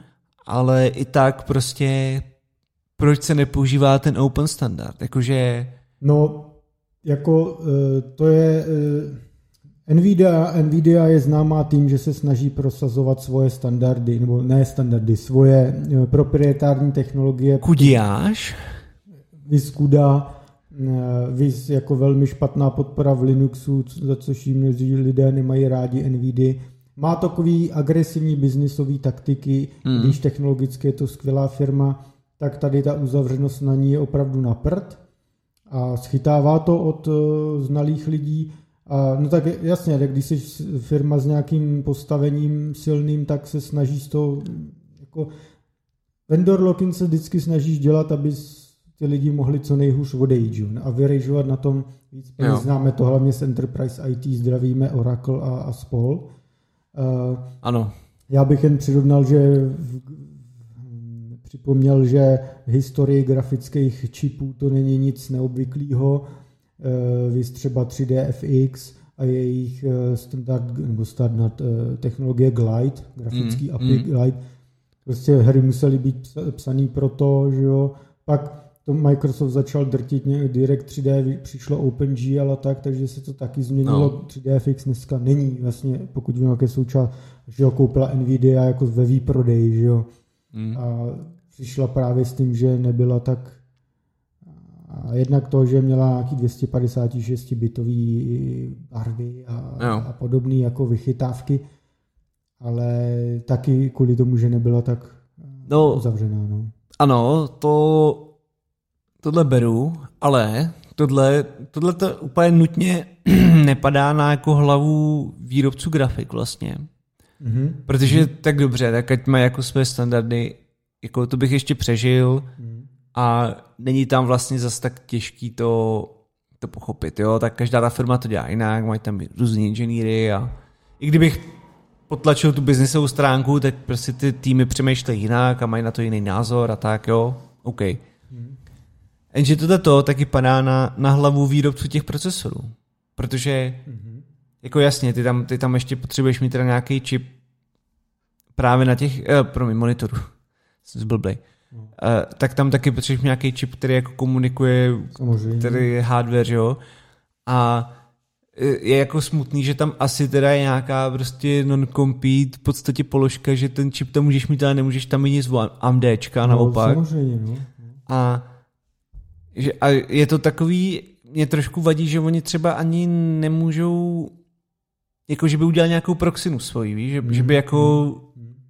ale i tak prostě proč se nepoužívá ten open standard? Jakože...
No, jako to je... Nvidia, Nvidia je známá tím, že se snaží prosazovat svoje standardy, nebo ne standardy, svoje proprietární technologie.
Kudiáš?
Vys Kuda, vys jako velmi špatná podpora v Linuxu, za což jí mnozí lidé nemají rádi Nvidia. Má takový agresivní biznisový taktiky, mm. když technologicky je to skvělá firma, tak tady ta uzavřenost na ní je opravdu na prd a schytává to od znalých lidí. A, no tak jasně, tak když jsi firma s nějakým postavením silným, tak se snažíš to jako vendor locking se vždycky snažíš dělat, aby ty lidi mohli co nejhůř odejít, že? A vyrejžovat na tom víc peněz. Známe to hlavně z Enterprise I T, zdravíme Oracle a, a spol. Uh,
ano.
Já bych jen přirovnal, že v, připomněl, že v historii grafických čipů to není nic neobvyklého. Uh, víc třeba tři D F X a jejich uh, standard, nebo standard uh, technologie Glide, grafický mm, A P I mm. Glide. Prostě hry musely být psaný pro to, že jo. Pak to Microsoft začal drtit Direct tři D, přišlo OpenGL a tak, takže se to taky změnilo. No. tři D F X dneska není vlastně, pokud vím, jaké součást, že ho koupila Nvidia jako ve výprodeji, že jo. Mm. A přišla právě s tím, že nebyla tak a jednak to, že měla nějaký dvě stě padesát šest bitový barvy a, no. a podobné jako vychytávky, ale taky kvůli tomu, že nebyla tak no, uzavřená. No.
Ano, to tohle beru, ale tohle, tohle to úplně nutně nepadá na jako hlavu výrobců grafik vlastně. Mm-hmm. Protože mm-hmm. tak dobře, tak ať mají jako své standardy, jako to bych ještě přežil mm. a není tam vlastně zas tak těžký to, to pochopit, jo, tak každá ta firma to dělá jinak, mají tam různý inženýry a i kdybych potlačil tu biznisovou stránku, tak prostě ty týmy přemýšlejí jinak a mají na to jiný názor a tak, jo, OK. Hmm. Jenže tohle to taky padá na, na hlavu výrobců těch procesorů, protože hmm. jako jasně, ty tam, ty tam ještě potřebuješ mít teda nějaký čip právě na těch, eh, promiň, monitoru, jsem zblblej. No. Uh, tak tam taky potřebuješ nějaký čip, který jako komunikuje, samozřejmě. Který je hardware, jo, a je jako smutný, že tam asi teda je nějaká prostě non-compete v podstatě položka, že ten čip tam můžeš mít, ale nemůžeš tam mít nic z AMDčka, no, naopak.
Samozřejmě, no.
A, že, a je to takový, mě trošku vadí, že oni třeba ani nemůžou, jako že by udělali nějakou proxinu svoji, víš, že, mm. že by jako mm. uh,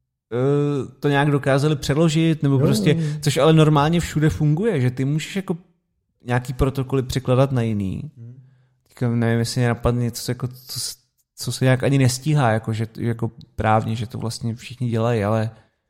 to nějak dokázali přeložit, nebo jo, prostě, což ale normálně všude funguje, že ty můžeš jako nějaký protokoly překládat na jiný. Mm. Nevím, jestli mě napadne něco, jako, co, co se nějak ani nestíhá, jako, že, jako právně, že to vlastně všichni dělají, ale...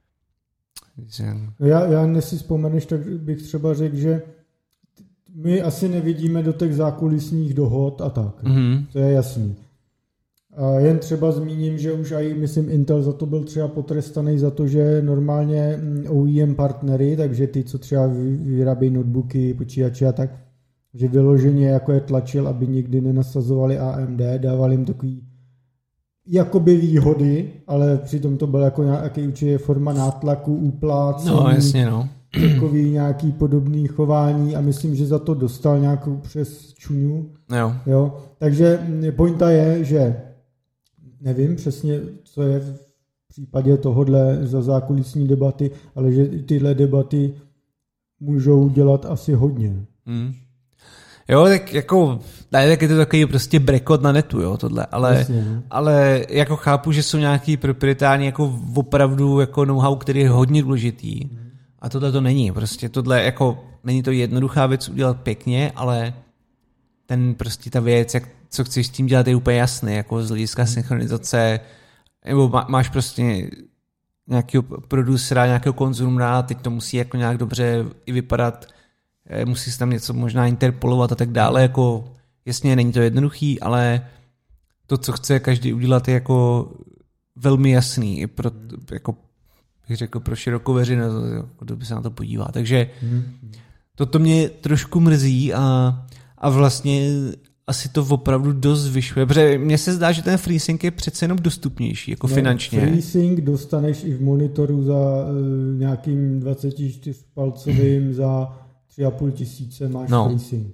Já, já než si vzpomeneš, tak bych třeba řekl, že my asi nevidíme do těch zákulisních dohod a tak. Mm-hmm. To je jasný. A jen třeba zmíním, že už aj, myslím, Intel za to byl třeba potrestaný za to, že normálně O E M partnery, takže ty, co třeba vyrábějí notebooky, počítače a tak, že vyloženě jako je tlačil, aby nikdy nenasazovali A M D, dával jim takový jakoby výhody, ale přitom to byl jako nějaký určitě forma nátlaku, úplácení,
no, jasně, no.
takový nějaký podobný chování a myslím, že za to dostal nějakou přes čuňu.
Jo.
Jo. Takže pointa je, že nevím přesně, co je v případě tohodle za zákulisní debaty, ale že tyhle debaty můžou dělat asi hodně.
Mm. Jo, tak jako, ne, tak je to takový prostě brekot na netu, jo, tohle, ale, Jasně, ale jako chápu, že jsou nějaký proprietární jako opravdu jako know-how, který je hodně důležitý mm. a tohle to není, prostě tohle jako, není to jednoduchá věc udělat pěkně, ale ten prostě ta věc, jak, co chceš s tím dělat, je úplně jasný, jako z hlediska mm. synchronizace, nebo má, máš prostě nějakého producera, nějakého konzumera, teď to musí jako nějak dobře i vypadat, musí se tam něco možná interpolovat a tak dále, jako jasně není to jednoduchý, ale to, co chce každý udělat, je jako velmi jasný i pro, jako bych řekl, pro širokou veřejnost, kdo by se na to podívá. Takže toto mě trošku mrzí a, a vlastně asi to opravdu dost zvyšuje, protože mně se zdá, že ten FreeSync je přece jenom dostupnější, jako no, finančně.
FreeSync dostaneš i v monitoru za uh, nějakým dvacetičtyřpalcovým za tři a půl tisíce máš no. FreeSync.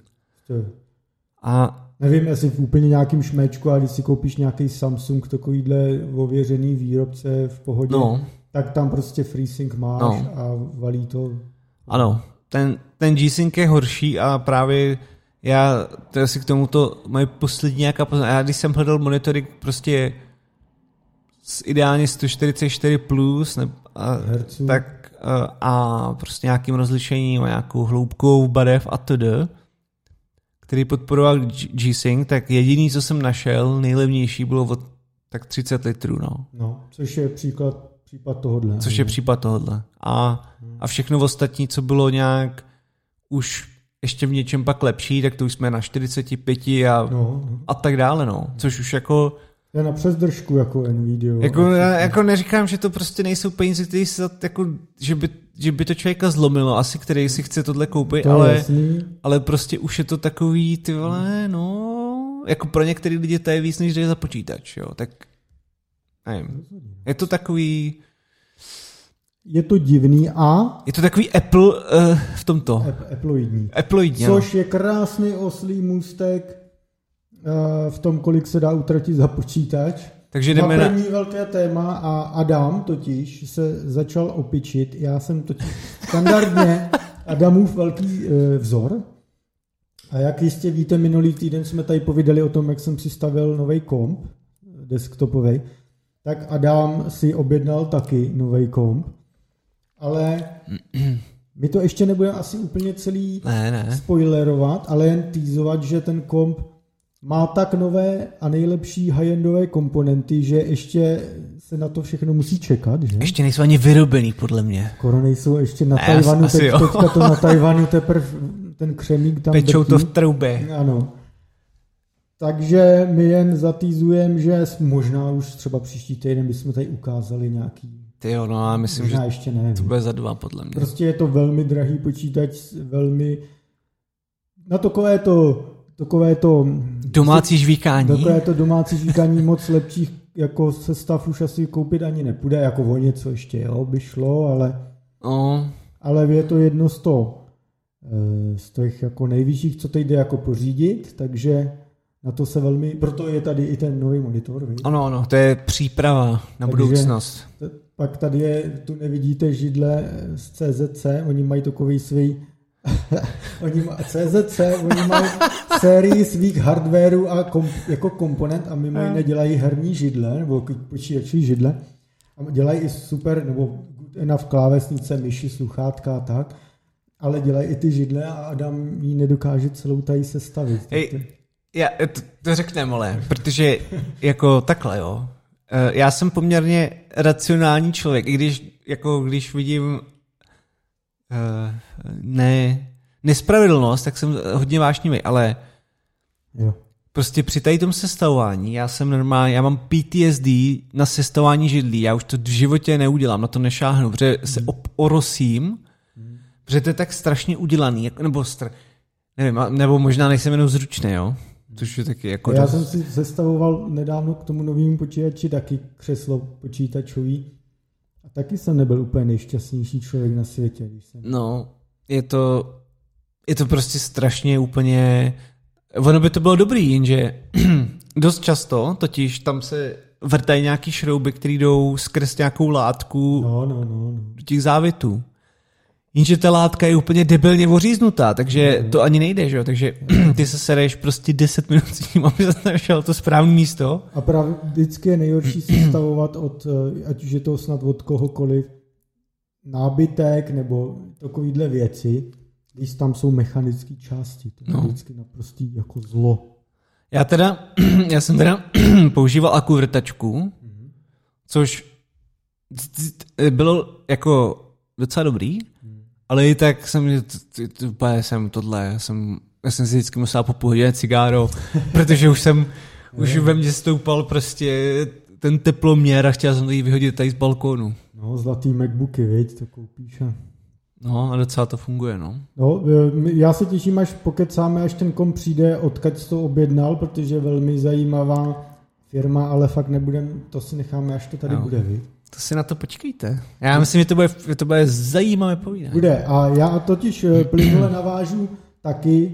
A nevím, jestli v úplně nějakým šmečku, ale když si koupíš nějaký Samsung, takovýhle ověřený výrobce v pohodě, no. tak tam prostě FreeSync máš no. a valí to.
Ano, ten, ten G-Sync je horší a právě já, to asi k tomuto moje poslední nějaká poznámka. Já když jsem hledal monitory prostě s ideálně sto čtyřicet čtyři plus, ne, a, tak a, a prostě nějakým rozlišením a nějakou hloubkou barev a td., který podporoval G-Sync, tak jediný, co jsem našel, nejlevnější bylo od tak třicet litrů. No,
no což je příklad, případ tohodle.
Což je případ tohodle. A, a všechno ostatní, co bylo nějak už ještě v něčem pak lepší, tak to už jsme na čtyřicet pět a, no, no. a tak dále. No. Což už jako
je na přesdržku jako Nvidia.
Jako, já, jako neříkám, že to prostě nejsou peníze, které se jako, že by, že by to člověka zlomilo, asi který si chce tohle koupit, to ale, ale prostě už je to takový, ty vole, no, jako pro některé lidi to je víc, než jde za počítač, jo, tak nevím. Je to takový
Je to divný a
je to takový Apple uh, v tomto.
Appleoidní.
Appleoidní,
což je krásný oslý můstek v tom, kolik se dá utratit za počítač.
Takže jdeme
na první velké téma a Adam totiž se začal opičit. Já jsem totiž standardně Adamův velký e, vzor. A jak jistě víte, minulý týden jsme tady povídali o tom, jak jsem si stavil nový komp, desktopový. Tak Adam si objednal taky nový komp. Ale my to ještě nebudeme asi úplně celý
ne, ne.
spoilerovat, ale jen teasovat, že ten komp má tak nové a nejlepší high-endové komponenty, že ještě se na to všechno musí čekat, že?
Ještě nejsou ani vyrobený, podle mě.
Skoro nejsou ještě na ne, Tajvanu, teď, teďka to na Tajvanu teprve ten křemík tam
pečou
drtí.
To v troubě.
Ano. Takže my jen zatýzujeme, že možná už třeba příští týden bychom tady ukázali nějaký.
Ty jo, no a myslím, možná že ještě ne, to bude za dva, podle mě.
Prostě je to velmi drahý počítač, velmi na takové to Takové to
domácí žvíkání.
Takové to domácí žvíkání moc lepších jako sestav už asi koupit ani nepůjde, jako o něco ještě, jo, by šlo, ale
oh.
ale je to jedno z toho, z těch jako nejvyšších, co teď jde jako pořídit, takže na to se velmi, proto je tady i ten nový monitor. Víc?
Ano, ano, to je příprava na takže budoucnost.
T- pak tady je, tu nevidíte židle z C Z C, oni mají takový svý oni má, C Z C, oni mají sérii svých hardwareů a kom, jako komponent a mimo jiné dělají herní židle, nebo počítačové židle a dělají i super, nebo enough klávesnice, myši, sluchátka a tak, ale dělají i ty židle a Adam jí nedokáže celou tady sestavit.
Hej, já, to, to řekneme, ale, protože jako takhle, jo. Já jsem poměrně racionální člověk, i když, jako, když vidím Uh, ne, nespravedlnost, tak jsem hodně vášnivý, ale
jo.
Prostě při tady tom sestavování, já jsem normálně, já mám P T S D na sestavování židlí, já už to v životě neudělám, na to nešáhnu, protože se op- orosím, hmm. protože to je tak strašně udělaný, jako, nebo str- nevím, nebo možná nejsem jenom zručný, jo? Což je taky jako
já
dost...
jsem si sestavoval nedávno k tomu novému počítači taky křeslo počítačový. A taky jsem nebyl úplně nejšťastnější člověk na světě. Když jsem...
No, je to, je to prostě strašně úplně... Ono by to bylo dobrý, jenže dost často, totiž tam se vrtají nějaký šrouby, které jdou skrz nějakou látku
no, no, no, no.
do těch závitů. Jenže ta látka je úplně debilně oříznutá, takže to ani nejde, že jo? Takže ty se sereš prostě deset minut s tím, aby se našel to správné místo.
A právě vždycky je nejhorší sestavovat od, ať už je to snad od kohokoliv, nábytek nebo takovýhle věci, když tam jsou mechanické části. To je no. vždycky naprostý jako zlo.
Já teda, já jsem teda používal akuvrtačku, což bylo jako docela dobrý, ale i tak jsem, úplně jsem tohle, jsem, já jsem si vždycky musel popohodit cigáro, protože už jsem, už ve mně stoupal prostě ten teploměr a chtěl jsem to jí vyhodit tady z balkónu.
No, zlatý MacBooky, viď, to koupíš a...
No a docela to funguje, no.
No, já se těším, až pokecáme, až ten kom přijde, odkud jsi to objednal, protože je velmi zajímavá firma, ale fakt nebudem, to si necháme, až to tady no. bude, vy.
To si na to počkejte. Já myslím, že to bude, že to bude zajímavé povídání.
Bude a já totiž plynule navážu taky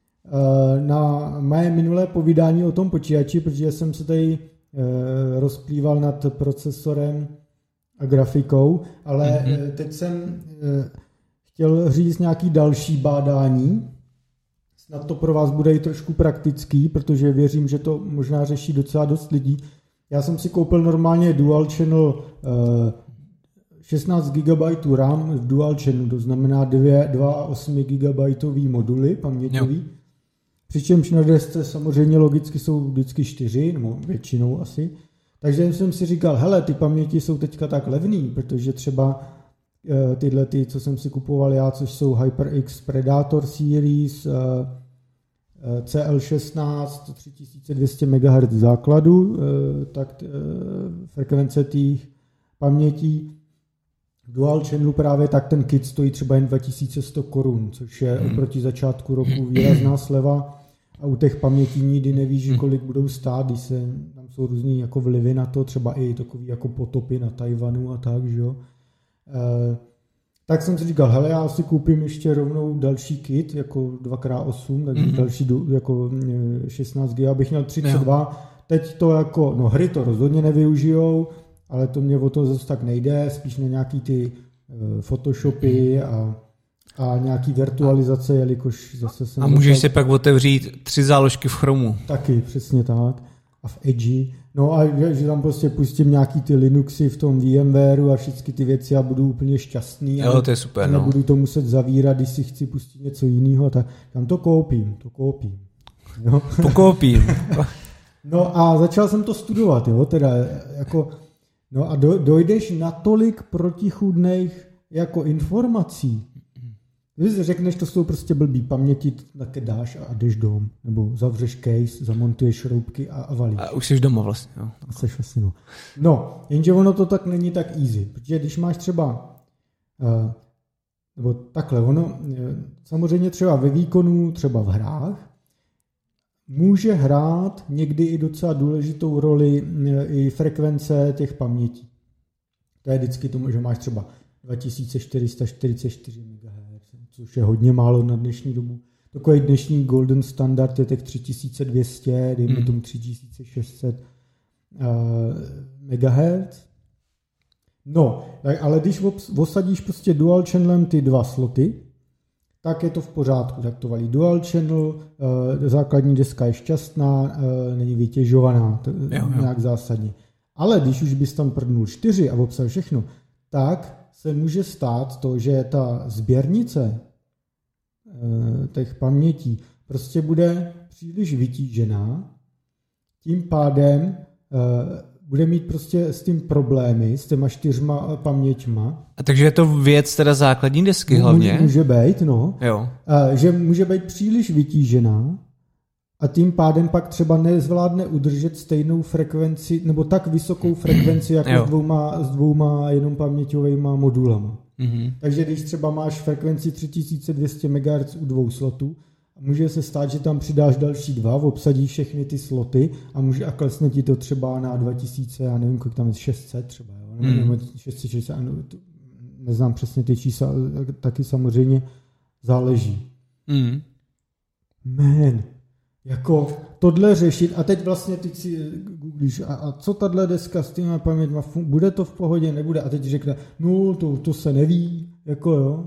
na moje minulé povídání o tom počítači, protože jsem se tady rozplýval nad procesorem a grafikou, ale mm-hmm. teď jsem chtěl říct nějaký další bádání. Snad to pro vás bude i trošku praktický, protože věřím, že to možná řeší docela dost lidí. Já jsem si koupil normálně dual channel šestnáct gigabajtů RAM v dual channel, to znamená dva a osm gigabajtový moduly paměťový. Jo. Přičemž na desce samozřejmě logicky jsou vždycky čtyři, nebo většinou asi. Takže jsem si říkal, hele, ty paměti jsou teďka tak levný, protože třeba tyhle, ty, co jsem si kupoval já, což jsou HyperX Predator Series, C L šestnáct, tři tisíce dvě stě megahertzů základu, tak frekvence těch pamětí dual channelu právě, tak ten kit stojí třeba jen dva tisíce sto korun, což je oproti začátku roku výrazná sleva a u těch pamětí nikdy nevíš, kolik budou stát, když se, tam jsou různý jako vlivy na to, třeba i takový jako potopy na Tajvanu a tak, že jo. E, tak jsem si říkal, hele, já si koupím ještě rovnou další kit, jako dva krát osm, takže mm-hmm. další jako šestnáct gigabajtů, abych měl třicet dva. Jo. Teď to jako, no hry to rozhodně nevyužijou, ale to mě o to zase tak nejde, spíš na nějaký ty uh, Photoshopy a, a nějaký virtualizace, jelikož zase jsem...
A můžeš si pak otevřít tři záložky v Chromu.
Taky, přesně tak. A v Edge. No a že, že tam prostě pustím nějaký ty Linuxy v tom VMwareu a všechny ty věci a budu úplně šťastný.
Jo, to je super, no.
Nebudu to muset zavírat, když si chci pustit něco jiného, tak tam to koupím, to koupím. Jo?
Pokoupím.
No a začal jsem to studovat, jo, teda jako... No a do, dojdeš na tolik protichůdných jako informací. Když řekneš, to jsou prostě blbý paměti, také dáš a jdeš dom. Nebo zavřeš case, zamontuješ šroubky a, a valíš.
A už jsi doma vlastně. Jo.
A seš vlastně, no. No, jenže ono to tak není tak easy. Protože když máš třeba, uh, nebo takhle, ono, uh, samozřejmě třeba ve výkonu, třeba v hrách, může hrát někdy i docela důležitou roli i frekvence těch pamětí. To je vždycky to, že máš třeba dva tisíce čtyři sta čtyřicet čtyři megahertzů, což je hodně málo na dnešní dobu. Takový dnešní golden standard je těch tři tisíce dvě stě, dejme mm. tomu tři tisíce šest set uh, megahertzů. No, ale když osadíš prostě dual channelem ty dva sloty, tak je to v pořádku, tak to valí dual channel, základní deska je šťastná, není vytěžovaná, to, jo, jo. nějak zásadně. Ale když už bys tam prdnul čtyři a obsal všechno, tak se může stát to, že ta sběrnice těch pamětí prostě bude příliš vytížená, tím pádem bude mít prostě s tím problémy, s těma čtyřma paměťma.
A takže je to věc teda základní desky hlavně?
Může být, no.
Jo.
A, že může být příliš vytížená a tím pádem pak třeba nezvládne udržet stejnou frekvenci, nebo tak vysokou frekvenci jako s dvouma, s dvouma jenom paměťovejma modulama. Mm-hmm. Takže když třeba máš frekvenci tři tisíce dvě stě megahertzů u dvou slotů, může se stát, že tam přidáš další dva, obsadíš všechny ty sloty a může a klesne ti to třeba na dva tisíce, já nevím, kolik tam je, šest set třeba, jo? Nevím, mm. šest set šedesát, neznám přesně ty čísla, taky samozřejmě záleží. Mm. Man, jako tohle řešit a teď vlastně ty si googlíš, a, a co tahle deska s těma paměťma, bude to v pohodě, nebude a teď řekne, no to, to se neví, jako jo.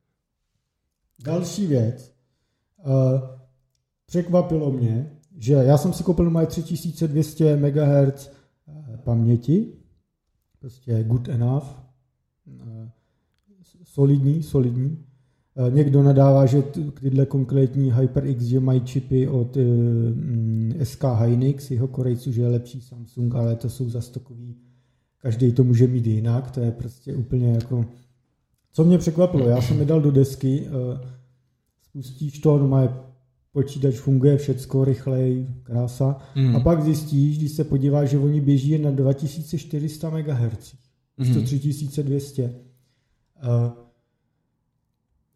Další věc. Uh, překvapilo mě, že já jsem si koupil moje tři tisíce dvě stě megahertzů uh, paměti, prostě good enough, uh, solidní, solidní. Uh, někdo nadává, že t- tyhle konkrétní HyperX, že mají čipy od uh, S K Hynix, jeho Korejců, že je lepší Samsung, ale to jsou zase takový, každý to může mít jinak, to je prostě úplně jako, co mě překvapilo, já jsem je dal do desky, uh, spustíš to, no má počítač funguje všecko rychleji, krása. Mm. A pak zjistíš, když se podíváš, že oni běží na dva tisíce čtyři sta megahertzů. Mm. tři tisíce dvě stě. Uh,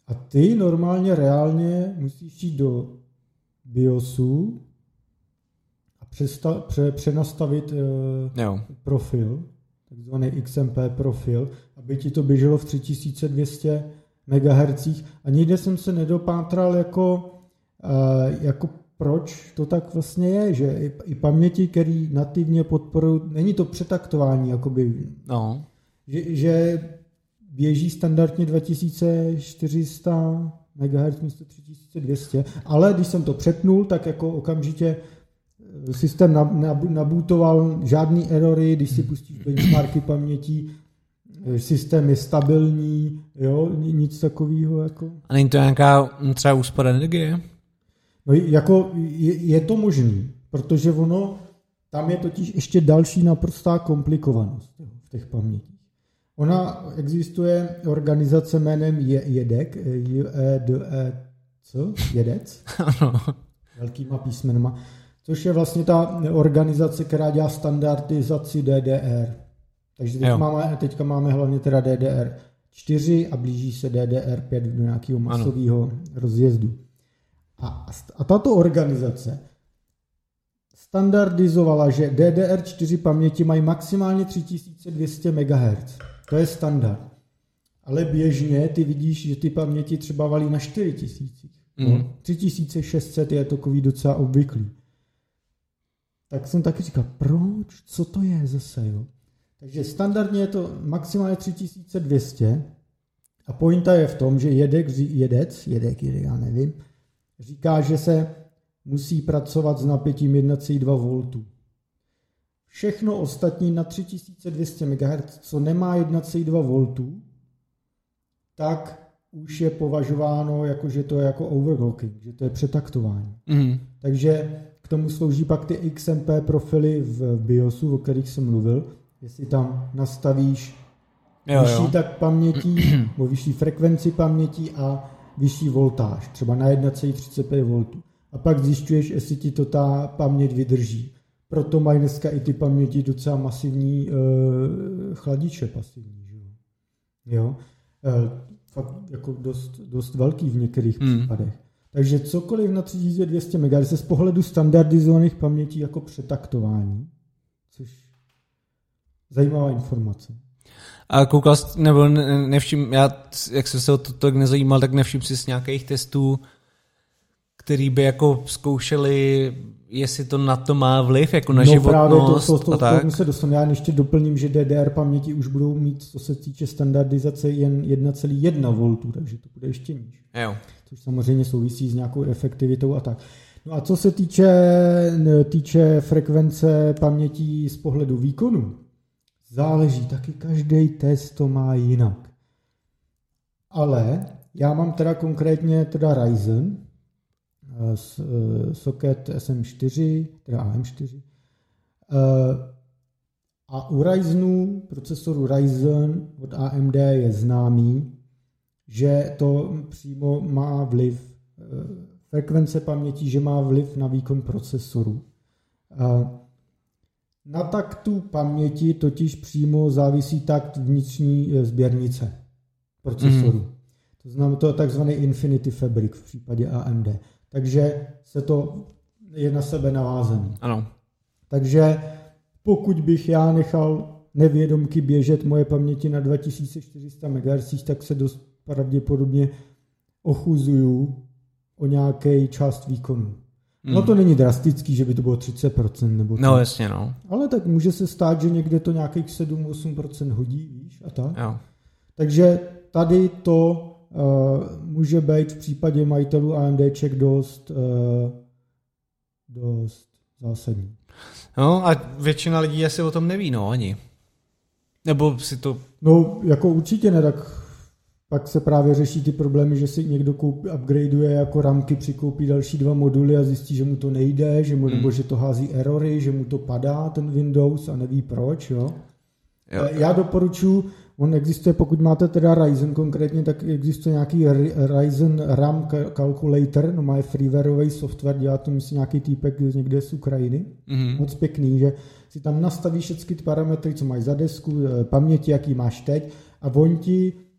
A ty normálně reálně musíš jít do BIOSu a přesta, pře, přenastavit uh, profil, takzvaný X M P profil, aby ti to běželo v tři tisíce dvě stě megahertzů. A nikde jsem se nedopátral jako, uh, jako proč to tak vlastně je, že i, i paměti, který nativně podporují, není to přetaktování, jakoby,
no.
že, že běží standardně dva tisíce čtyři sta megahertzů místo tři tisíce dvě stě, ale když jsem to přepnul, tak jako okamžitě systém nabootoval žádný erory, když si pustíš benchmarky pamětí, systém je stabilní, jo, nic takového. Jako.
A není to nějaká třeba úspora energie?
No, jako je, je to možný, protože ono, tam je totiž ještě další naprostá komplikovanost v těch pamětích. Ona existuje organizace jménem JEDEC, J E D E C, JEDEC, velkýma písmenama, což je vlastně ta organizace, která dělá standardizaci D D R. Takže teď máme, teďka máme hlavně teda D D R čtyři a blíží se D D R pět do nějakého masového rozjezdu. A, a tato organizace standardizovala, že D D R čtyři paměti mají maximálně tři tisíce dvě stě megahertzů. To je standard. Ale běžně ty vidíš, že ty paměti třeba valí na čtyři tisíce. Mm. No? tři tisíce šest set je takový docela obvyklý. Tak jsem taky říkal, proč? Co to je zase? Jo? Takže standardně je to maximálně tři tisíce dvě stě a pointa je v tom, že jedec, jedec, jedec, jedec, já nevím, říká, že se musí pracovat s napětím jedna celá dva voltu. Všechno ostatní na tři tisíce dvě stě megahertzů, co nemá jedna celá dva voltu, tak už je považováno jako, že to je jako overclocking, že to je přetaktování. Mm. Takže k tomu slouží pak ty X M P profily v BIOSu, o kterých jsem mluvil. Jestli tam nastavíš jo, vyšší jo. tak pamětí, nebo vyšší frekvenci paměti a vyšší voltáž, třeba na jedna celá třicet pět voltů. A pak zjišťuješ, jestli ti to ta paměť vydrží. Proto mají dneska i ty paměti docela masivní uh, chladiče pasivní. Že? Jo? Uh, fakt jako dost, dost velký v některých mm. případech. Takže cokoliv na tři tisíce dvě stě megahertzů z pohledu standardizovaných pamětí jako přetaktování, což zajímavá informace.
A koukal jsi, nebo nevšim, já, jak jsem se o to tak nezajímal, tak nevšim si z nějakých testů, který by jako zkoušeli, jestli to na to má vliv, jako na no životnost
to, to, to,
a tak.
To se dostanu. Já ještě doplním, že D D R paměti už budou mít, co se týče standardizace, jen jedna celá jedna voltu, takže to bude ještě níž.
Jo.
Což samozřejmě souvisí s nějakou efektivitou a tak. No a co se týče, týče frekvence pamětí z pohledu výkonu, záleží, taky každý test to má jinak. Ale já mám teda konkrétně teda Ryzen, socket S M čtyři, teda A M čtyři. A u Ryzenu, procesoru Ryzen od A M D je známý, že to přímo má vliv, frekvence paměti, že má vliv na výkon procesoru. Na taktu paměti totiž přímo závisí takt vnitřní sběrnice procesoru. Mm. To znamená, to je takzvaný Infinity Fabric v případě A M D. Takže se to je na sebe navázaný.
Ano.
Takže pokud bych já nechal nevědomky běžet moje paměti na dva tisíce čtyři sta megahertzů, tak se dost pravděpodobně ochuzuju o nějaký část výkonu. Mm. No to není drastický, že by to bylo třicet procent nebo tak.
No jasně, no.
Ale tak může se stát, že někde to nějakých sedm až osm procent hodí, víš, a tak.
Jo.
Takže tady to uh, může být v případě majitelů AMDček dost, uh, dost zásadní.
No a většina lidí asi o tom neví, no, ani. Nebo si to...
No, jako určitě ne, tak pak se právě řeší ty problémy, že si někdo koupí, upgradeuje jako ramky, přikoupí další dva moduly a zjistí, že mu to nejde, že mu, hmm. nebo že to hází erory, že mu to padá, ten Windows, a neví proč, jo. jo. Já doporučuji, on existuje, pokud máte teda Ryzen konkrétně, tak existuje nějaký Ryzen RAM Calculator, no má freewareový software, dělá to myslím nějaký týpek někde z Ukrajiny, mm-hmm. moc pěkný, že si tam nastavíš všechny ty parametry, co máš za desku, paměti, jaký máš teď, a on ti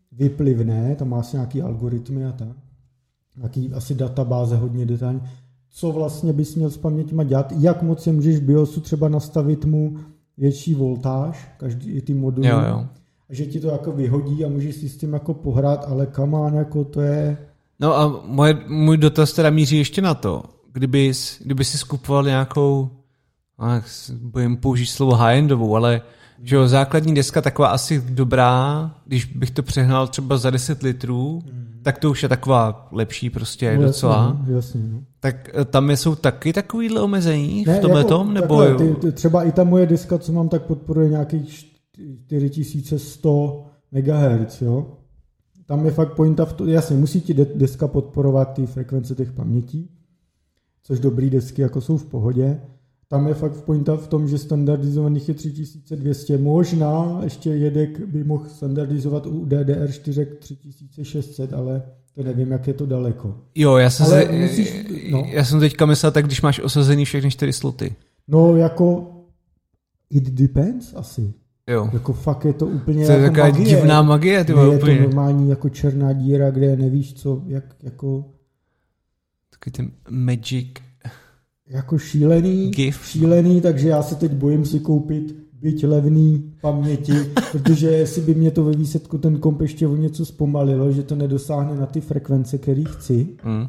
vyplivné, tam má asi nějaký algoritmy a tak, nějaký asi databáze hodně detailní, co vlastně bys měl s paměťma dělat, jak moc se můžeš v BIOSu třeba nastavit mu větší voltáž, každý ty moduly,
jo, jo.
a že ti to jako vyhodí a můžeš si s tím jako pohrát, ale kamán, jako to je...
No a moje, můj dotaz teda míří ještě na to, kdyby, kdyby si skupoval nějakou, budem použít slovo high-endovou, ale že jo, základní deska taková asi dobrá, když bych to přehnal třeba za deset litrů, hmm. tak to už je taková lepší prostě no, docela.
Jasně, jasně, no.
Tak tam jsou taky takovýhle omezení ne, v tomhletom?
Jako,
nebo...
takhle, ty, ty, třeba i ta moje deska, co mám, tak podporuje nějakých čtyři tisíce sto megahertzů, jo. Tam je fakt pointa v to, jasně, musí ti deska podporovat ty frekvence těch pamětí, což dobrý desky jako jsou v pohodě. Tam je fakt pointa v tom, že standardizovaných je tři tisíce dvě stě. Možná ještě jedek by mohl standardizovat u D D R čtyři tři tisíce šest set, ale to nevím, jak je to daleko.
Jo, já jsem, se,
musíš, no.
já jsem teďka myslel tak, když máš osazený všechny čtyři sloty.
No jako it depends asi.
Jo.
Jako fakt je to úplně
to je
jako
taková
magie.
divná magie. Ty
je
úplně.
to normální jako černá díra, kde nevíš co, jak jako...
Takový ten magic...
Jako šílený,
GIF.
šílený, takže já se teď bojím si koupit byť levný paměti, protože jestli by mě to ve výsledku ten komp ještě o něco zpomalilo, že to nedosáhne na ty frekvence, který chci. Mm.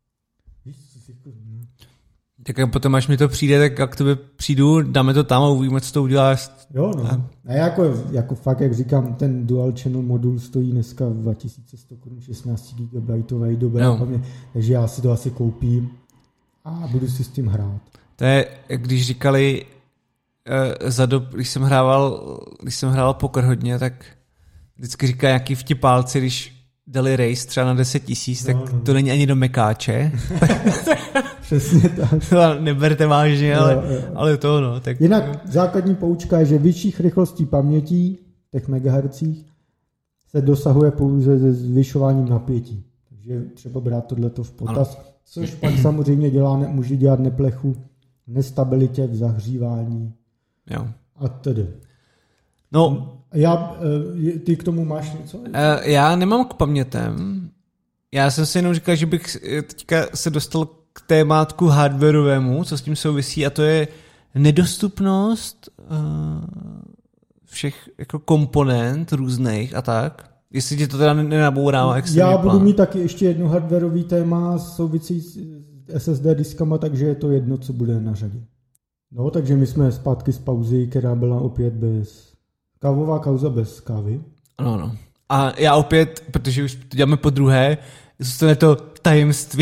Tak potom, až mi to přijde, tak jak k tebe přijdu, dáme to tam a uvidíme, co to uděláš.
Jo, no. A, a jako, jako fakt, jak říkám, ten dual channel modul stojí dneska dva tisíce sto korun, šestnáct gigabajtový, dobrá paměť, takže já si to asi koupím a budu si s tím hrát.
To je, když říkali, uh, za dob, když jsem hrával, když jsem hrával poker hodně, tak vždycky říká nějaký vtipálci, když dali race třeba na deset tisíc, no, tak no. To není ani do mekáče.
Přesně tak.
Neberte vážně, ale, jo, jo. ale to no. Tak...
Jinak základní poučka je, že vyšších rychlostí pamětí, těch megahertzích, se dosahuje pouze se zvyšováním napětí. Takže třeba brát tohleto v potaz. Ano. Což pak samozřejmě dělá, může dělat neplechu nestabilitě v zahřívání.
Jo.
A tedy.
No,
já, ty k tomu máš něco?
Já nemám k pamětem. Já jsem si jenom říkal, že bych teďka se dostal k témátku hardwarovému, co s tím souvisí, a to je nedostupnost všech jako komponent různých a tak. Jestli tě to teda nenabourává extrémně
Já budu
plán.
mít taky ještě jedno hardwarový téma souvisí s S S D diskama, takže je to jedno, co bude na řadě. No, takže my jsme zpátky z pauzy, která byla opět bez... Kávová kauza bez kávy.
Ano, no. A já opět, protože už to děláme po druhé, zůstane to tajemství.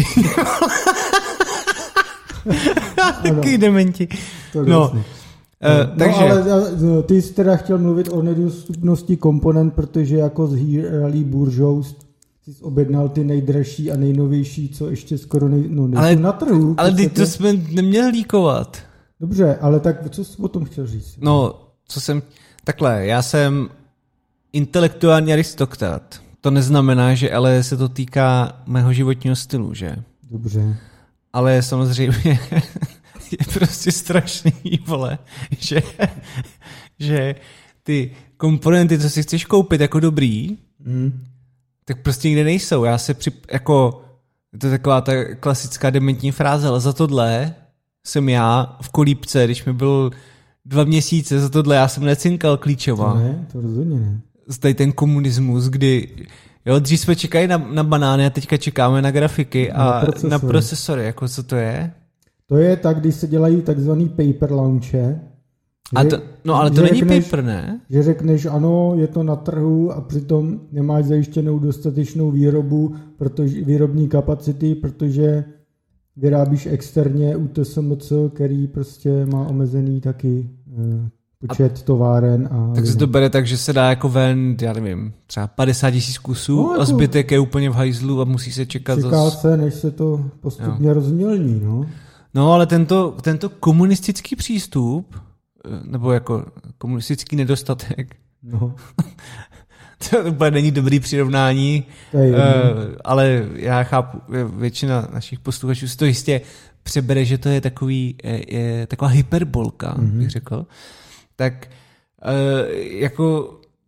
Jaký dementi. No. Uh,
no,
takže...
ale ty jsi teda chtěl mluvit o nedostupnosti komponent, protože jako z Hirali Bourgeois jsi objednal ty nejdražší a nejnovější, co ještě skoro nej... no, nejsou na trhu.
Ale teď to jsme neměli líkovat.
Dobře, ale tak co jsi o tom chtěl říct?
No, co jsem... Takhle, já jsem intelektuální aristokrat. To neznamená, že ale se to týká mého životního stylu, že?
Dobře.
Ale samozřejmě je prostě strašný, vole, že, že ty komponenty, co si chceš koupit jako dobrý, mm. tak prostě nikde nejsou. Já se při, jako, to je taková ta klasická dementní fráze, ale za tohle jsem já v kolípce, když mi byl dva měsíce, za tohle já jsem necinkal klíčová.
To ne, to rozhodně ne.
Tady ten komunismus, kdy jo, dřív jsme čekali na, na banány a teďka čekáme na grafiky a na procesory. na procesory. Jako co to je?
To je tak, když se dělají takzvaný paper launche.
A to, no ale to není řekneš, paper, ne?
Že řekneš, ano, je to na trhu a přitom nemáš zajištěnou dostatečnou výrobu, protože, výrobní kapacity, protože vyrábíš externě u T S M C, který prostě má omezený taky eh, počet a, továren. A
tak se to bere tak, že se dá jako ven, já nevím, třeba padesát tisíc kusů no, jako, a zbytek je úplně v hajzlu a musí se čekat.
Čeká zas... se, než se to postupně jo. rozmělní, no.
No, ale tento, tento komunistický přístup, nebo jako komunistický nedostatek,
no.
to úplně není dobrý přirovnání, uh, ale já chápu, většina našich posluchačů si to jistě přebere, že to je takový, je, je taková hyperbolka, mm-hmm. bych řekl. Tak uh, jako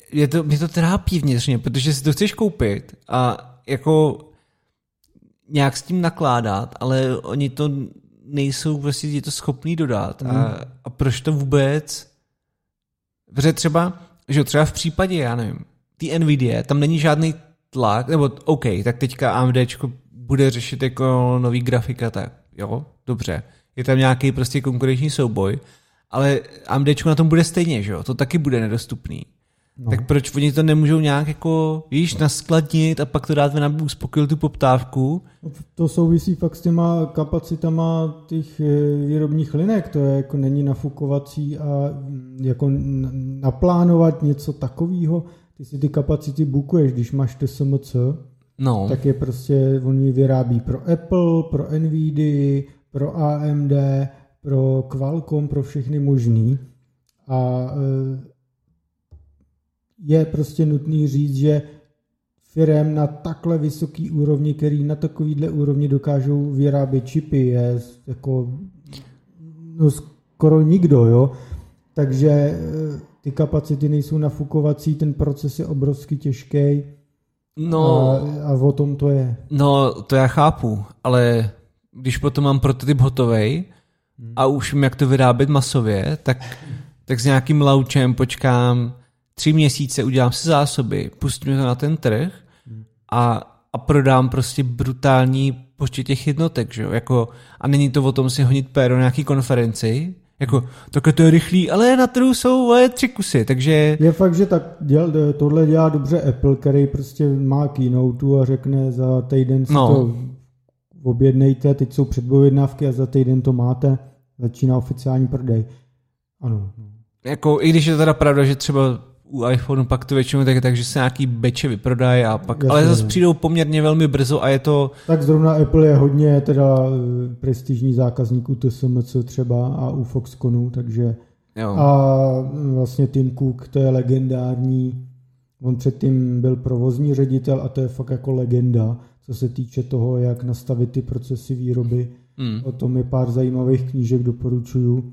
je to, mě to trápí vnitřně, protože si to chceš koupit a jako nějak s tím nakládat, ale oni to nejsou vlastně je to schopný dodat. Mm. A, a proč to vůbec? Protože třeba, že třeba v případě, já nevím, ty Nvidia, tam není žádný tlak, nebo OK, tak teďka AMDčko bude řešit jako nový grafika, tak jo, dobře. Je tam nějaký prostě konkurenční souboj, ale AMDčko na tom bude stejně, že jo, to taky bude nedostupný. No. Tak proč oni to nemůžou nějak jako, víš, naskladnit a pak to dát ven, aby uspokojil tu poptávku?
To souvisí fakt s těma kapacitama těch výrobních linek, to je jako není nafukovací a jako naplánovat něco takového, ty si ty kapacity bookuješ, když máš T S M C, no. Tak je prostě, oni vyrábí pro Apple, pro Nvidia, pro A M D, pro Qualcomm, pro všechny možný a je prostě nutný říct, že firem na takhle vysoký úrovni, který na takovýhle úrovni dokážou vyrábět čipy, je jako no skoro nikdo, jo. Takže ty kapacity nejsou nafukovací, ten proces je obrovsky těžký. No, a, a o tom to je.
No, to já chápu, ale když potom mám prototyp hotovej hmm. a už vím, jak to vyrábět masově, tak, tak s nějakým laučem počkám tři měsíce, udělám si zásoby, pustím to na ten trh a, a prodám prostě brutální počet těch jednotek, že jo? Jako, a není to o tom si honit péro na nějaký konferenci, jako, takhle to je rychlý, ale na trhu jsou ale tři kusy, takže...
Je fakt, že tak děl, tohle dělá dobře Apple, který prostě má keynote a řekne za týden si no. to objednejte, teď jsou předobjednávky a za týden to máte, začíná oficiální prodej. Ano.
Jako, i když je to teda pravda, že třeba u iPhoneu pak to většinou tak je tak, že se nějaký beče vyprodají a pak, jasně, ale zase přijdou poměrně velmi brzo a je to...
Tak zrovna Apple je hodně teda prestižní zákazník u T S M C třeba a u Foxconu, takže jo. A vlastně Tim Cook, to je legendární, on předtím byl provozní ředitel a to je fakt jako legenda, co se týče toho, jak nastavit ty procesy výroby. Mm. O tom je pár zajímavých knížek, doporučuju.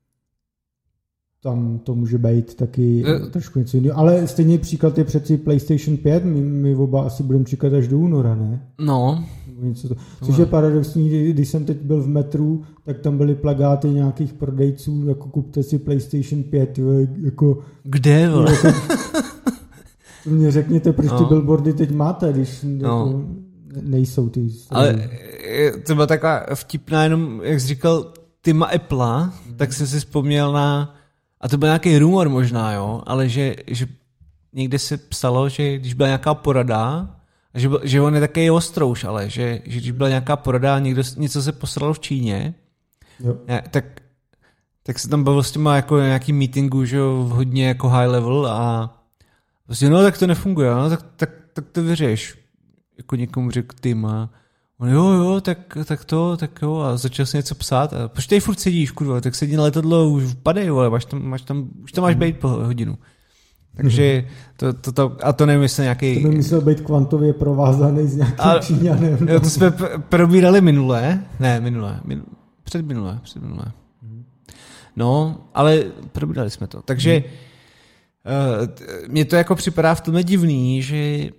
Tam to může být taky uh, trošku něco jiného. Ale stejný příklad je přeci PlayStation pět, my, my oba asi budeme čekat až do února, ne?
No.
Něco to. Což je paradoxní, když jsem teď byl v metru, tak tam byly plakáty nějakých prodejců, jako kupte si PlayStation pět, jo, jako...
Kde, vole?
Jako, to mě řekněte, proč no. ty billboardy teď máte, když no. jako nejsou ty...
Ale to byla taková vtipná, jenom, jak jsi říkal, tyma Apple, hmm. tak jsem si vzpomněl na... A to byl nějaký rumor možná, jo, ale že, že někde se psalo, že když byla nějaká porada, že, byl, že on je takový ostrouš, ale že, že když byla nějaká porada a někdo, něco se posralo v Číně, jo. tak, tak se tam bavil s těma jako nějaký meetingu, že jo, hodně jako high level a vlastně no tak to nefunguje, no, tak, tak, tak to vyřeš. Jako někomu řekl tým a on jo, jo, tak, tak to, tak jo, a začal si něco psát a proč tady furt sedíš, kurva, tak sedí na letadlo, už vpadej, ale máš tam, máš tam, už tam máš být po hodinu. Takže to, to, to a to nevím, jestli nějaký...
To by musel být kvantově provázaný s nějakým a, Číňanem.
Jo, to jsme probírali minule, ne, minule, minule předminule, předminule. No, ale probírali jsme to, takže hmm. uh, mně to jako připadá v tomhle divný, že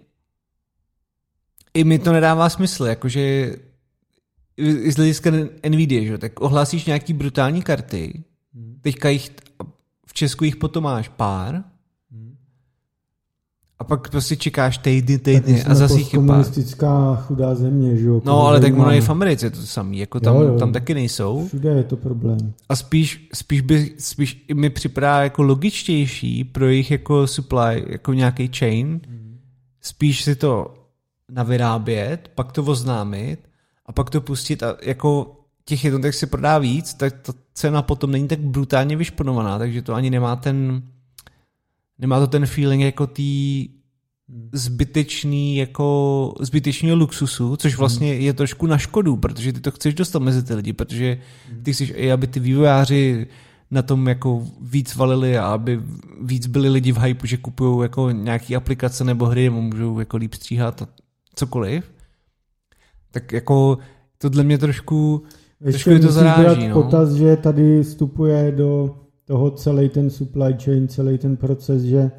i mi to nedává smysl, jakože z hlediska Nvidia, že? Tak ohlásíš nějaký brutální karty, hmm. teďka jich, v Česku jich potom máš pár hmm. a pak prostě čekáš týdny, týdny a zase jich je pár.
Komunistická chudá země, že jo?
No, ale tak ono je v Americe to samý, jako tam, jo, jo. tam taky nejsou.
Všude je to problém.
A spíš, spíš, by, spíš mi připadá jako logičtější pro jejich jako supply, jako nějaký chain, hmm. spíš si to navyrábět, pak to oznámit a pak to pustit a jako těch jednotek se prodá víc, tak ta cena potom není tak brutálně vyšponovaná, takže to ani nemá ten nemá to ten feeling jako tý zbytečný jako zbytečného luxusu, což vlastně je trošku na škodu, protože ty to chceš dostat mezi ty lidi, protože ty chceš, aby ty vývojáři na tom jako víc valili a aby víc byli lidi v hypeu, že kupují jako nějaký aplikace nebo hry, nebo můžou jako líp stříhat a cokoliv, tak jako to dle mě trošku, trošku je to zaráží.
No? Potaz, že tady vstupuje do toho celý ten supply chain, celý ten proces, že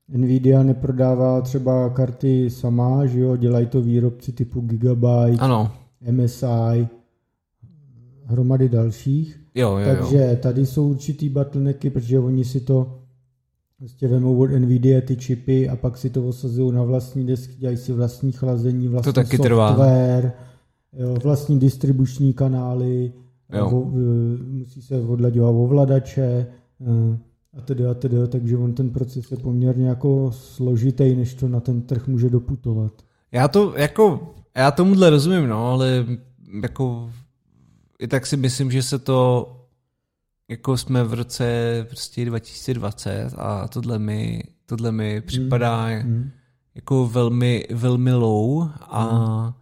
Nvidia neprodává třeba karty sama, že jo, dělají to výrobci typu Gigabyte,
ano.
M S I, hromady dalších.
Jo, jo,
Takže
jo.
tady jsou určitý bottlenecky, protože oni si to vlastně vemou od Nvidia ty čipy a pak si to osazují na vlastní desky, dělají si vlastní chlazení, vlastní
to taky
software, jo, vlastní distribuční kanály,
jo.
Vo, musí se odlaďovat ovladače a tedy a tedy, takže on ten proces je poměrně jako složitý, než to na ten trh může doputovat.
Já to jako, já tomuhle rozumím, no, ale jako i tak si myslím, že se to jako jsme v roce prostě dva tisíce dvacet a tohle mi, tohle mi připadá mm. jako velmi, velmi low a, mm. a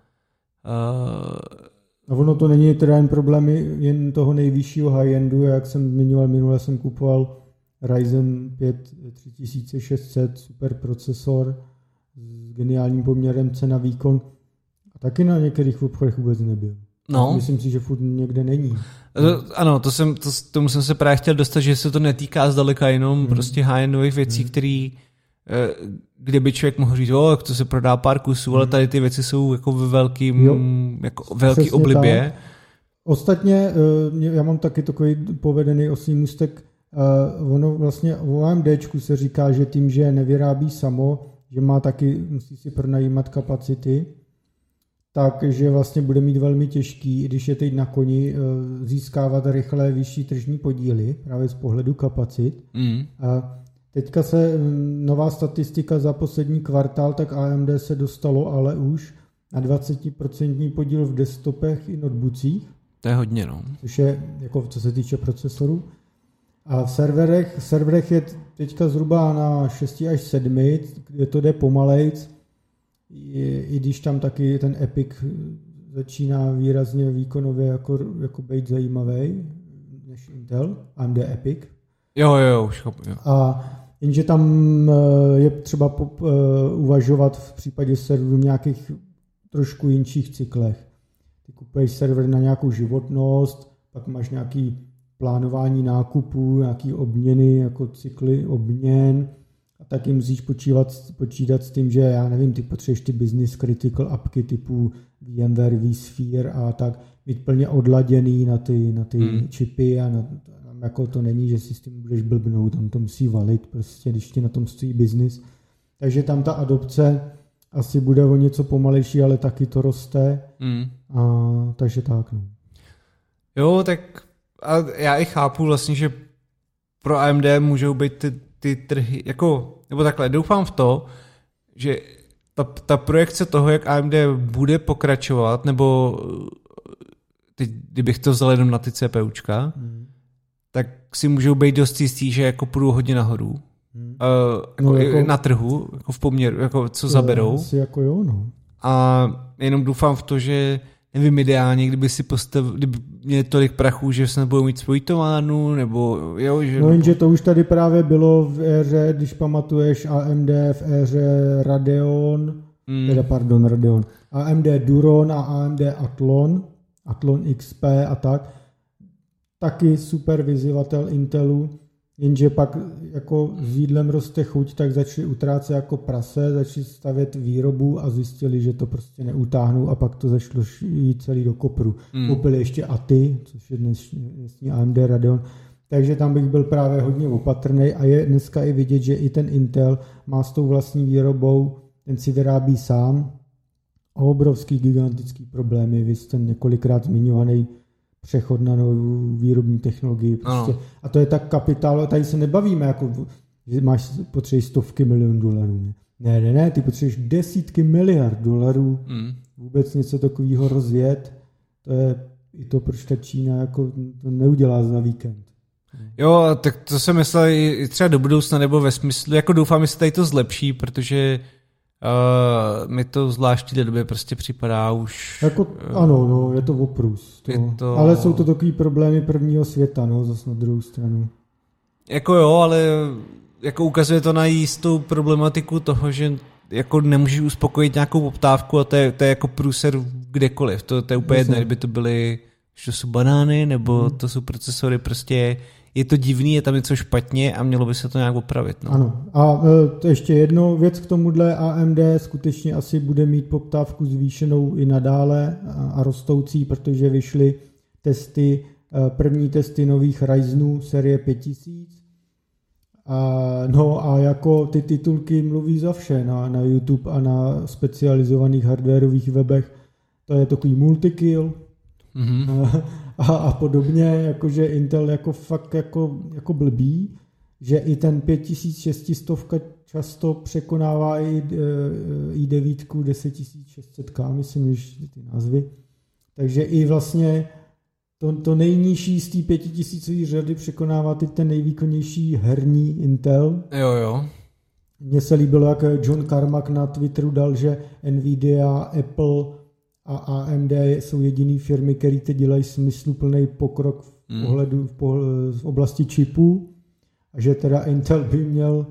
A ono to není teda jen problémy jen toho nejvyššího high-endu, jak jsem zmiňoval, minule jsem kupoval Ryzen pět tři tisíce šest set, super procesor s geniálním poměrem cena výkon a taky na některých obchodech vůbec nebyl.
No.
Myslím si, že furt někde není.
To, ano, to jsem, to, tomu jsem se právě chtěl dostat, že se to netýká zdaleka jenom hmm. prostě high-endových věcí, hmm. který kde by člověk mohl říct, o, jak to se prodá pár kusů, hmm. ale tady ty věci jsou jako ve velkým, jo, jako velký oblibě. Tak.
Ostatně, já mám taky takový povedený osmý můstek, ono vlastně o AMDčku se říká, že tím, že nevyrábí samo, že má taky, musí si pronajímat kapacity, takže vlastně bude mít velmi těžký, když je teď na koni, získávat rychle vyšší tržní podíly, právě z pohledu kapacit.
Mm.
A teďka se nová statistika za poslední kvartál, tak A M D se dostalo ale už na dvacet procent podíl v desktopech i notebookích.
To je hodně, no.
Což je, jako co se týče procesorů. A v serverech, v serverech je teďka zhruba na šest až sedm, kde to jde pomalejc, i, i když tam taky ten Epic začíná výrazně výkonově jako, jako být zajímavý než Intel, A M D Epic.
Jo, jo, jo, už chápu, jo.
A jenže tam je třeba pop, uh, uvažovat v případě serverů v nějakých trošku jinších cyklech. Ty kupuješ server na nějakou životnost, pak máš nějaký plánování nákupů, nějaký obměny, jako cykly obměn a taky musíš počívat, počítat s tím, že já nevím, ty potřebuješ ty business critical apky typu VMware, vSphere a tak mít plně odladěný na ty, na ty hmm. čipy a na, jako to není, že si s tím budeš blbnout, tam to musí valit, prostě, když ti na tom stojí biznis. Takže tam ta adopce asi bude o něco pomalejší, ale taky to roste.
Mm.
A, takže tak. No.
Jo, tak a já i chápu vlastně, že pro A M D můžou být ty, ty trhy, jako, nebo takhle, doufám v to, že ta, ta projekce toho, jak A M D bude pokračovat, nebo teď, kdybych to vzal jenom na ty CPUčka, mm. tak si můžou být dost jistý, že jako půjdou hodně nahoru. Hmm. Uh, jako no jako, na trhu, jako v poměru, jako co zaberou.
Asi jako jo, no.
A jenom doufám v to, že nevím, ideálně, kdyby si postavil, kdyby měli tolik prachů, že se nebudou mít svoji továrnu, nebo jo, že...
No jenže to už tady právě bylo v éře, když pamatuješ A M D v éře Radeon, hmm. teda pardon, Radeon, A M D Duron a A M D Athlon, Athlon X P a tak, taky super vyzývatel Intelu, jenže pak jako s jídlem roste chuť, tak začali utrácet jako prase, začali stavět výrobu a zjistili, že to prostě neutáhnou a pak to zašlo jít celý do kopru. Mm. Koupili ještě A T I, což je dnesní A M D Radeon, takže tam bych byl právě hodně opatrný a je dneska i vidět, že i ten Intel má s tou vlastní výrobou, ten si vyrábí sám a obrovský gigantický problémy, vy ten několikrát zmiňovaný přechod na novou výrobní technologii. Prostě. A to je tak kapitál, tady se nebavíme, jako, že máš potřebuješ stovky milionů dolarů. Ne? ne, ne, ne, ty potřebuješ desítky miliard dolarů mm. vůbec něco takového rozjet. To je i to, proč ta Čína jako, to neudělá za víkend.
Jo, tak to jsem myslel i třeba do budoucna, nebo ve smyslu, jako doufám, že se tady to zlepší, protože Uh, mi to zvlášť v té době prostě připadá už...
Jako, uh, ano, no, je to oprus. To. Je to... Ale jsou to takový problémy prvního světa, no, zase na druhou stranu.
Jako jo, ale jako ukazuje to na jistou problematiku toho, že jako nemůžeš uspokojit nějakou poptávku a to je, to je jako průser kdekoliv. To, to je úplně jedno, kdyby to byly, že to jsou banány, nebo hmm. to jsou procesory, prostě je to divný, je tam něco špatně a mělo by se to nějak opravit. No.
Ano. A to ještě jedno věc k tomuhle A M D skutečně asi bude mít poptávku zvýšenou i nadále a rostoucí, protože vyšly testy, první testy nových Ryzenů série pět tisíc. A, no a jako ty titulky mluví za vše na, na YouTube a na specializovaných hardwarových webech. To je takový multikill. Mm-hmm. A, a podobně, jakože Intel jako fakt jako, jako blbý, že i ten pět tisíc šest set často překonává i i devět deset tisíc šest set K, myslím, že ty názvy. Takže i vlastně to, to nejnižší z té pětitisícové řady překonává teď ten nejvýkonnější herní Intel.
Jo, jo.
Mně se líbilo, jak John Carmack na Twitteru dal, že Nvidia, Apple a A M D jsou jediný firmy, které teď dělají smysluplný pokrok v, mm. pohledu, v, pohl, v oblasti čipů a že teda Intel by měl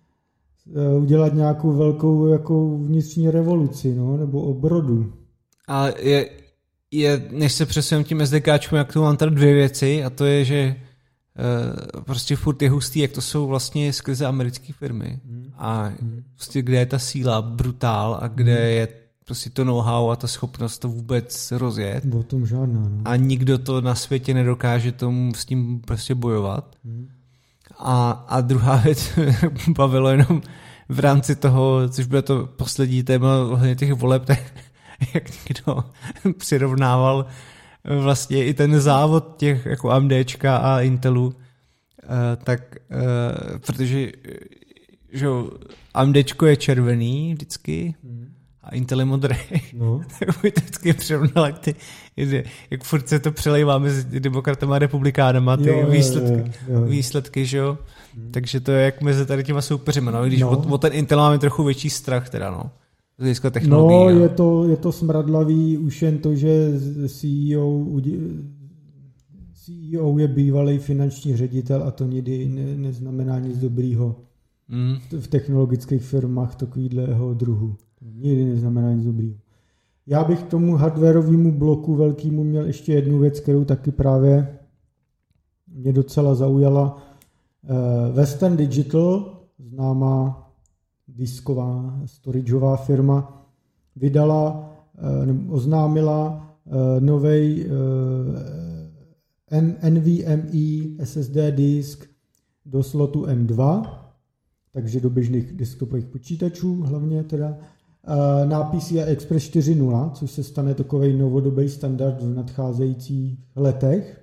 udělat nějakou velkou jako vnitřní revoluci, no, nebo obrodu.
A je, je než se přesunem tím SDKčkem, jak tu mám tady dvě věci a to je, že uh, prostě furt je hustý, jak to jsou vlastně skrze americké firmy mm. a mm. prostě kde je ta síla brutál a kde mm. je prostě to know-how a ta schopnost to vůbec rozjet.
O tom žádná. No.
A nikdo to na světě nedokáže tomu s tím prostě bojovat. Hmm. A, a druhá věc bavilo jenom v rámci toho, což bylo to poslední téma ohledně těch voleb, tak jak někdo přirovnával vlastně i ten závod těch jako AMDčka a Intelu, tak protože že AMDčko je červený vždycky, hmm. a Intel je modrý. No. Tak by to vždycky přirovnal, jak, ty, jak furt se to přelejvá mezi demokratama a republikánama, ty jo, výsledky, jo, jo. výsledky, že jo? Hmm. Takže to je jak mezi tady těma soupeřima, no, když no. Od, od ten Intel máme trochu větší strach teda, no. Z hlediska technologií.
No, no. Je, to, je to smradlavý už jen to, že C E O, C E O je bývalý finanční ředitel a to nikdy ne, neznamená nic dobrýho hmm. v technologických firmách takovýhleho druhu. Nikdy neznamená nic dobrýho. Já bych k tomu hardwarovému bloku velkému měl ještě jednu věc, kterou taky právě mě docela zaujala. Western Digital, známá disková, storageová firma, vydala, oznámila novej NVMe S S D disk do slotu M dva, takže do běžných desktopových počítačů hlavně teda, na P C I Express čtyři tečka nula, což se stane takovej novodobý standard v nadcházejících letech.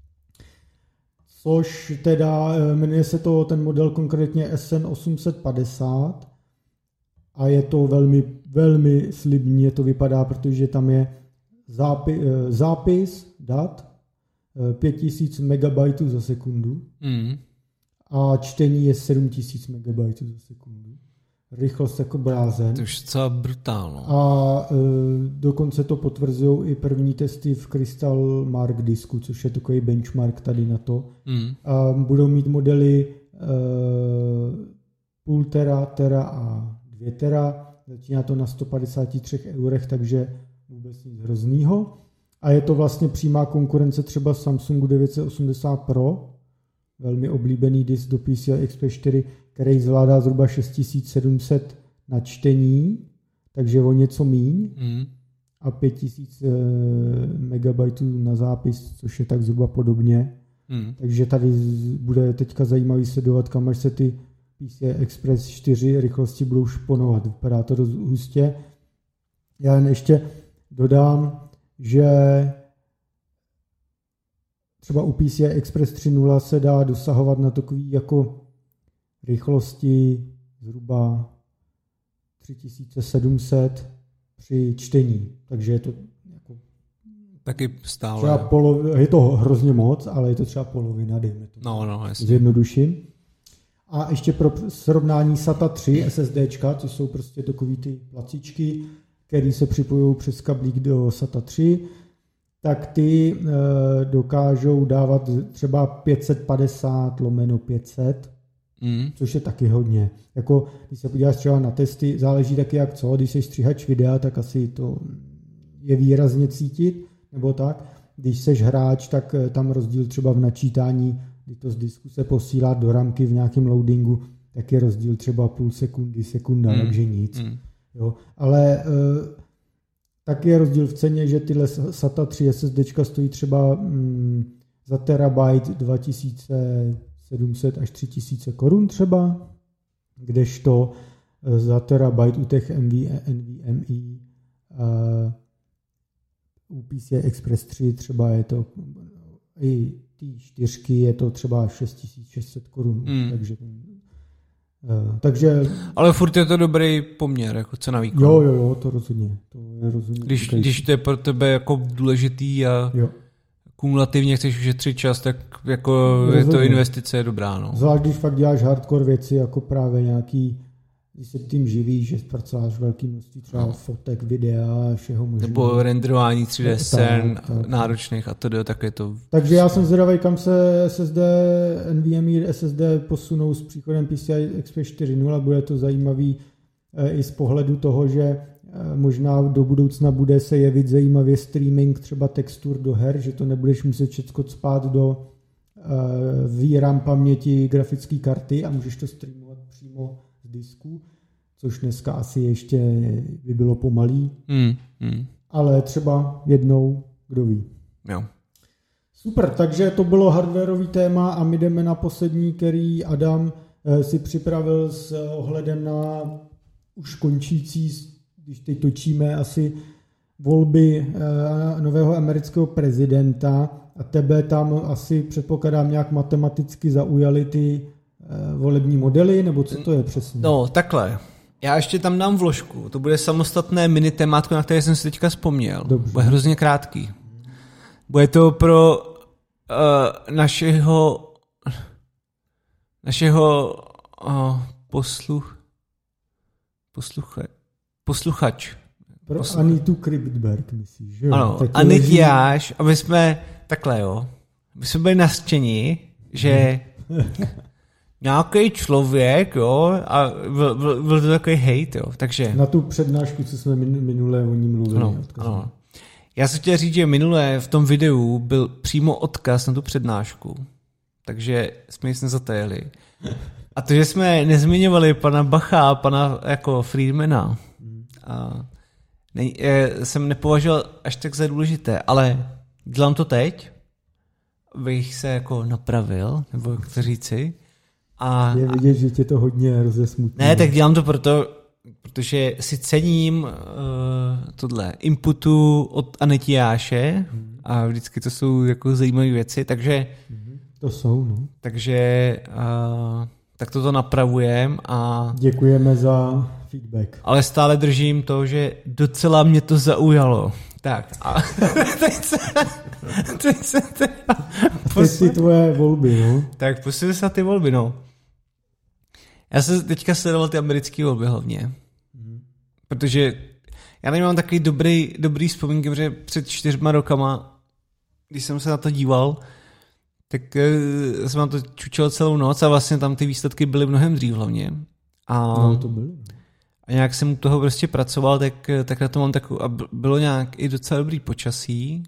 Což teda jmenuje se to ten model konkrétně S N osm set padesát a je to velmi, velmi slibně to vypadá, protože tam je zápis, zápis dat pět tisíc megabajtů za sekundu mm. a čtení je sedm tisíc megabajtů za sekundu. Rychlost jako blázen.
To už celá brutálno.
A e, dokonce to potvrzují i první testy v Crystal Mark disku, což je takový benchmark tady na to. Mm. A budou mít modely e, půl tera, tera a dvě tera. Začíná to na sto padesát tři eurech, takže vůbec nic hroznýho. A je to vlastně přímá konkurence třeba Samsungu devět set osmdesát Pro, velmi oblíbený disk do P C I Express čtyři, který zvládá zhruba šest tisíc sedm set na čtení, takže o něco míň, mm. a pět tisíc e, megabajtů na zápis, což je tak zhruba podobně. Mm. Takže tady bude teďka zajímavý sledovat, kam až se ty P C I Express čtyři rychlosti budou šponovat. Vypadá to dost hustě. Já jen ještě dodám, že třeba u P C I Express tři tečka nula se dá dosahovat na takový jako rychlosti zhruba tři tisíce sedm set při čtení. Takže je to jako
taky stále.
Třeba polov, je to hrozně moc, ale je to třeba polovina, dejme to.
No, no, jasně.
Zjednoduším. A ještě pro srovnání SATA tři SSDčka, což jsou prostě takový ty placičky, které se připojují přes kablík do SATA tři, tak ty e, dokážou dávat třeba pět set padesát lomeno pět set, mm. což je taky hodně. Jako, když se podíváš třeba na testy, záleží taky jak co, když jsi stříhač videa, tak asi to je výrazně cítit, nebo tak. Když seš hráč, tak tam rozdíl třeba v načítání kdy to z disku se posílá do ramky v nějakém loadingu, tak je rozdíl třeba půl sekundy, sekunda, mm. takže nic. Mm. Jo. Ale tak je rozdíl v ceně, že tyhle SATA tři SSDčka stojí třeba mm, za terabyte dva tisíce sedm set až tři tisíce korun třeba, kdežto za terabyte u těch NVMe uh, u P C I Express tři třeba je to i ty čtyřky je to třeba šest tisíc šest set korun, mm. takže uh, takže
ale furt je to dobrý poměr, jako cena výkon.
Jo, jo, jo, to rozhodně. To je rozhodně
když, když to je pro tebe jako důležitý a jo. kumulativně chceš ušetřit čas, tak jako rozhodně. Je to investice je dobrá. No.
Zvlášť, když fakt děláš hardcore věci, jako právě nějaký, když se tím živíš, že zpracáš velký množství třeba no. fotek, videa, všeho možného.
Nebo renderování tři dé scén náročných a to tak je to...
Takže já jsem zvědavý, kam se S S D, NVMe S S D posunou s příchodem P C I Express čtyři tečka nula. Bude to zajímavý i z pohledu toho, že možná do budoucna bude se jevit zajímavě streaming třeba textur do her, že to nebudeš muset všechno cpát do V RAM paměti grafické karty a můžeš to streamovat přímo z disku, což dneska asi ještě by bylo pomalý, mm, mm. ale třeba jednou, kdo ví.
Jo.
Super, takže to bylo hardwareový téma a my jdeme na poslední, který Adam si připravil s ohledem na už končící, když teď točíme asi volby nového amerického prezidenta a tebe tam asi předpokládám nějak matematicky zaujaly ty volební modely, nebo co to je přesně?
No, takhle. Já ještě tam dám vložku. To bude samostatné mini témátko, na které jsem si teďka vzpomněl.
Dobře.
Bude hrozně krátký. Bude to pro uh, našeho našeho uh, posluch poslucha, posluchač.
Pro posluchač. Anitu Kryptberg, myslíš, že jo?
Ano, Anitiáš, a my jsme takhle, jo. My jsme byli nastěni, že nějaký člověk, jo, a byl, byl, byl to takový hejt, jo, takže...
Na tu přednášku, co jsme minulé o ní mluvili.
Ano, ano. Já jsem chtěl říct, že minulé v tom videu byl přímo odkaz na tu přednášku, takže jsme ji nezatajili. A to, že jsme nezmiňovali pana Bacha, pana jako Friedmana, a ne, jsem nepovažoval až tak za důležité, ale dělám to teď, abych se jako napravil, nebo jak to říci. A,
je vidět, že tě to hodně rozesmutní.
Ne, tak dělám to proto, protože si cením uh, tohle inputu od Anetiáše hmm. a vždycky to jsou jako zajímavé věci, takže
hmm. to jsou, no.
Takže uh, tak toto napravujem a
děkujeme za feedback.
Ale stále držím to, že docela mě to zaujalo. Tak a teď se teď se teda
teď si tvoje volby, no.
Tak posledně se na ty volby, no. Já jsem teďka sledoval ty americké volby hlavně. Mm. Protože já nemám takový dobrý, dobrý vzpomínky, protože před čtyřma rokama, když jsem se na to díval, tak uh, jsem na to čučel celou noc a vlastně tam ty výsledky byly mnohem dřív hlavně. A,
no, to bylo.
A nějak jsem u toho prostě pracoval, tak, tak na to mám takovou, a bylo nějak i docela dobrý počasí.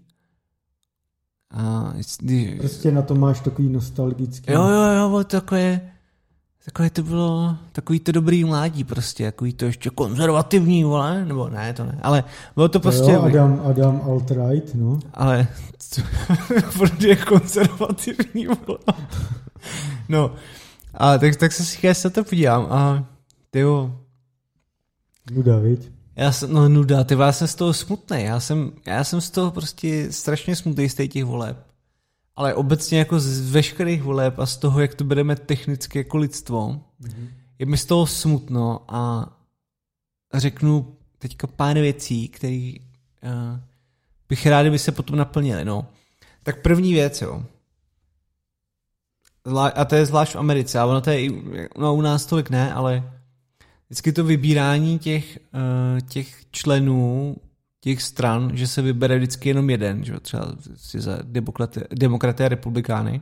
A když,
prostě na to máš takový nostalgický.
Jo, jo, jo, takové, takové to bylo, takový to dobrý mládí prostě, takový to ještě konzervativní, vole, nebo ne, to ne, ale bylo to prostě...
Jo, Adam, Adam alt-right, no.
Ale, protože konzervativní, vole. No, a tak, tak se si se to podívám a tyjo.
Nuda, viď?
Já jsem, no nuda, ty já jsem z toho smutnej, já jsem, já jsem z toho prostě strašně smutnej z těch voleb. Ale obecně jako z veškerých voleb a z toho, jak to bereme technicky jako lidstvo, mm-hmm. je mi z toho smutno a řeknu teďka pár věcí, které uh, bych rád, kdyby se potom naplnily, no. Tak první věc, jo. A to je zvlášť v Americe, a ono to je, no u nás tolik ne, ale vždycky to vybírání těch, uh, těch členů těch stran, že se vybere vždycky jenom jeden, že třeba za demokraty, demokraty a republikány,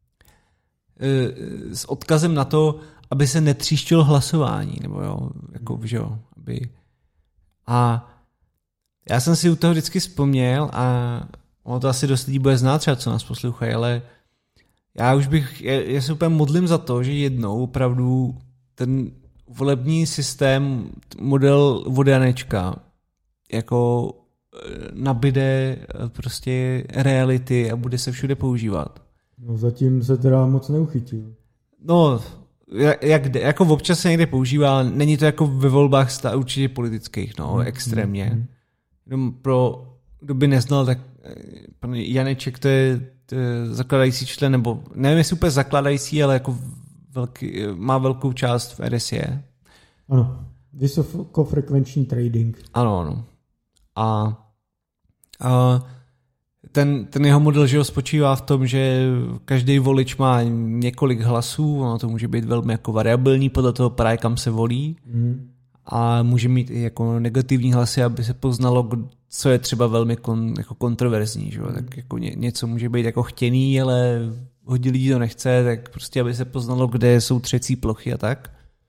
uh, s odkazem na to, aby se netříštilo hlasování, nebo jo, jako, že jo, aby... A já jsem si u toho vždycky vzpomněl a ono to asi dost lidí bude znát třeba, co nás poslouchají, ale já už bych, já se úplně modlím za to, že jednou opravdu ten volební systém, model Vodanečka, jako nabide prostě reality a bude se všude používat.
No zatím se teda moc neuchytil.
No, jak, jako občas se někde používá, ale není to jako ve volbách stá, určitě politických, no, mm, extrémně. Mm, mm. Jenom pro, kdo by neznal, tak pan Janeček, to je, to je zakladající člen, nebo nevím, jestli úplně zakladající, ale jako velký, má velkou část v R S J.
Ano, vysokofrekvenční trading.
Ano, ano. A, a ten, ten jeho model, že ho spočívá v tom, že každý volič má několik hlasů, ono to může být velmi jako variabilní podle toho právě kam se volí mm. a může mít i jako negativní hlasy, aby se poznalo, co je třeba velmi kon, jako kontroverzní. Že? Mm. Tak jako ně, něco může být jako chtěný, ale hodně lidí to nechce, tak prostě aby se poznalo, kde jsou třecí plochy a tak.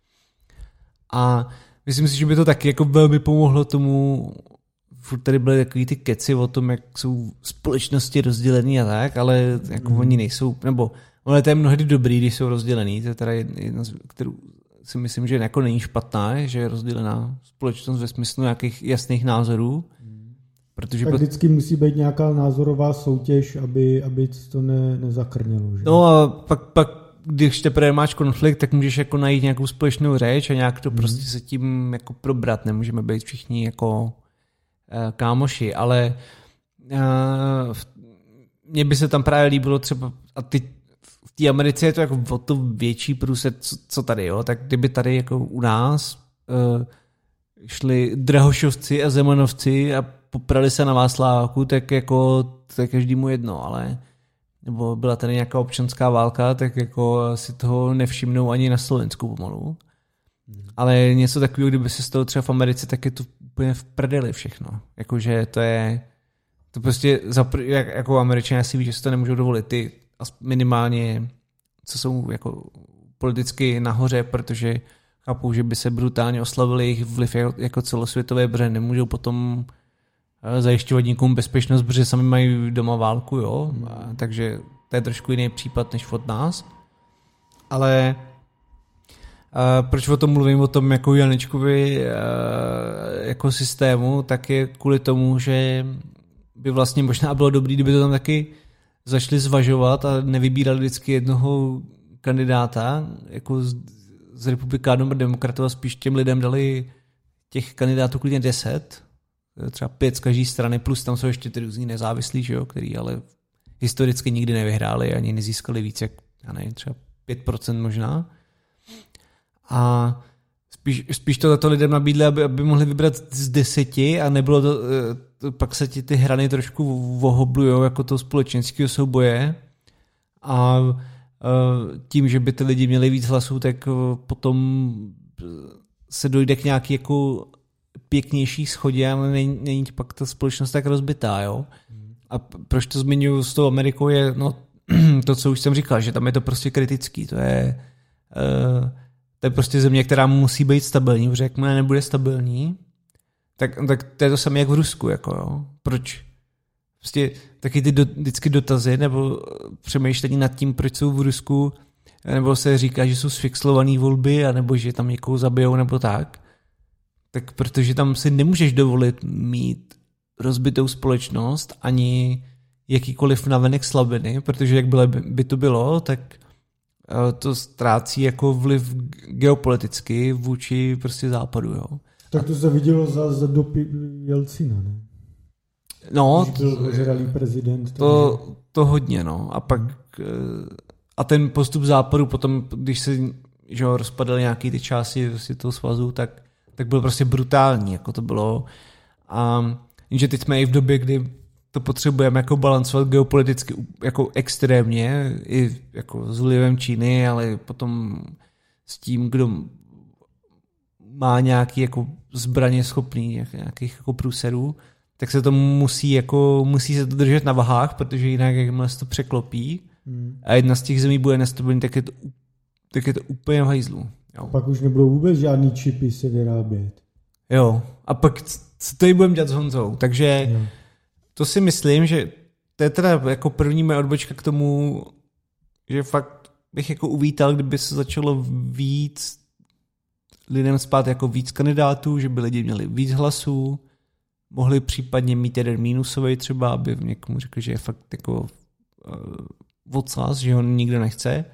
A myslím si, že by to taky jako velmi pomohlo tomu. Furt tady byly takový ty keci o tom, jak jsou společnosti rozdělený a tak, ale jako mm. oni nejsou, nebo ono to je mnohdy dobrý, když jsou rozdělený, to je teda jedna z, kterou si myslím, že jako není špatná, že je rozdělená společnost ve smyslu nějakých jasných názorů. Mm. Protože
tak vždycky pot... musí být nějaká názorová soutěž, aby, aby to ne, nezakrnělo. Že?
No a pak, pak když teprve máš konflikt, tak můžeš jako najít nějakou společnou řeč a nějak to mm. prostě se tím jako probrat, nemůžeme být všichni jako kámoši, ale uh, mně by se tam právě líbilo třeba, a ty, v té Americe je to jako o to větší průset, co, co tady, jo, tak kdyby tady jako u nás uh, šli Drahošovci a Zemanovci a poprali se na Václaváku, tak jako to je každému jedno, ale nebo byla tady nějaká občanská válka, tak jako si toho nevšimnou ani na Slovensku pomalu. Hmm. Ale něco takového, kdyby se stalo třeba v Americe, tak je to úplně v prdeli všechno. Jakože to je, to prostě, zapr- jak, jako Američané si ví, že si to nemůžou dovolit. Ty minimálně, co jsou jako politicky nahoře, protože chápou, že by se brutálně oslavili jejich vliv jako, jako celosvětové, protože nemůžou potom zajišťovat nikomu bezpečnost, protože sami mají doma válku, jo. Hmm. A, takže to je trošku jiný případ než od nás. Ale a proč o tom mluvím, o tom jako Janečkovi jako systému, tak je kvůli tomu, že by vlastně možná bylo dobrý, kdyby to tam taky začali zvažovat a nevybírali vždycky jednoho kandidáta jako z, z republikánů a demokratů a spíš těm lidem dali těch kandidátů klidně deset, třeba pět z každé strany, plus tam jsou ještě ty různý nezávislí, že jo, který ale historicky nikdy nevyhráli ani nezískali víc jak, já nevím, třeba pět procent možná. A spíš, spíš to za to lidem nabídli, aby, aby mohli vybrat z deseti a nebylo to, to pak se ti ty hrany trošku vohoblujou jako toho společenského souboje a tím, že by ty lidi měli víc hlasů, tak potom se dojde k nějaký jako pěknější schodě, ale není, není pak ta společnost tak rozbitá, jo. A proč to zmiňuji s tou Amerikou je, no to, co už jsem říkal, že tam je to prostě kritický, to je uh, to je prostě země, která musí být stabilní, protože jakmile nebude stabilní, tak, tak to je to samé jak v Rusku, jako jo. Proč? Prostě taky ty do, vždycky dotazy, nebo přemýšlení nad tím, proč jsou v Rusku, nebo se říká, že jsou sfixlované volby, anebo že tam někoho zabijou, nebo tak. Tak protože tam si nemůžeš dovolit mít rozbitou společnost, ani jakýkoliv navenek slabiny, protože jak by, by to bylo, tak to ztrácí jako vliv geopoliticky vůči prostě západu, jo.
Tak to se vidělo za, za doby Jelcina, ne?
No,
když byl ožralý prezident.
To, to hodně, no. A pak a ten postup západu potom, když se že ho, rozpadaly nějaký ty části prostě toho svazu, tak, tak byl prostě brutální, jako to bylo. A jenže teď jsme i v době, kdy to potřebujeme jako balancovat geopoliticky jako extrémně, i jako s vlivem Číny, ale potom s tím, kdo má nějaký jako zbraně schopný nějakých jako průserů, tak se to musí jako musí se to držet na vahách, protože jinak jakmile se to překlopí hmm. a jedna z těch zemí bude nestabilní, tak je to, tak je to úplně v hajzlu. Jo.
Pak už nebudou vůbec žádný čipy se vyrábět.
Jo. A pak co tady budeme dělat s Honzou? Takže jo. To si myslím, že to je teda jako první moje odbočka k tomu, že fakt bych jako uvítal, kdyby se začalo víc lidem spát jako víc kandidátů, že by lidi měli víc hlasů, mohli případně mít jeden mínusový třeba, aby někomu řekli, že je fakt jako uh, odsaz, že ho nikdo nechce.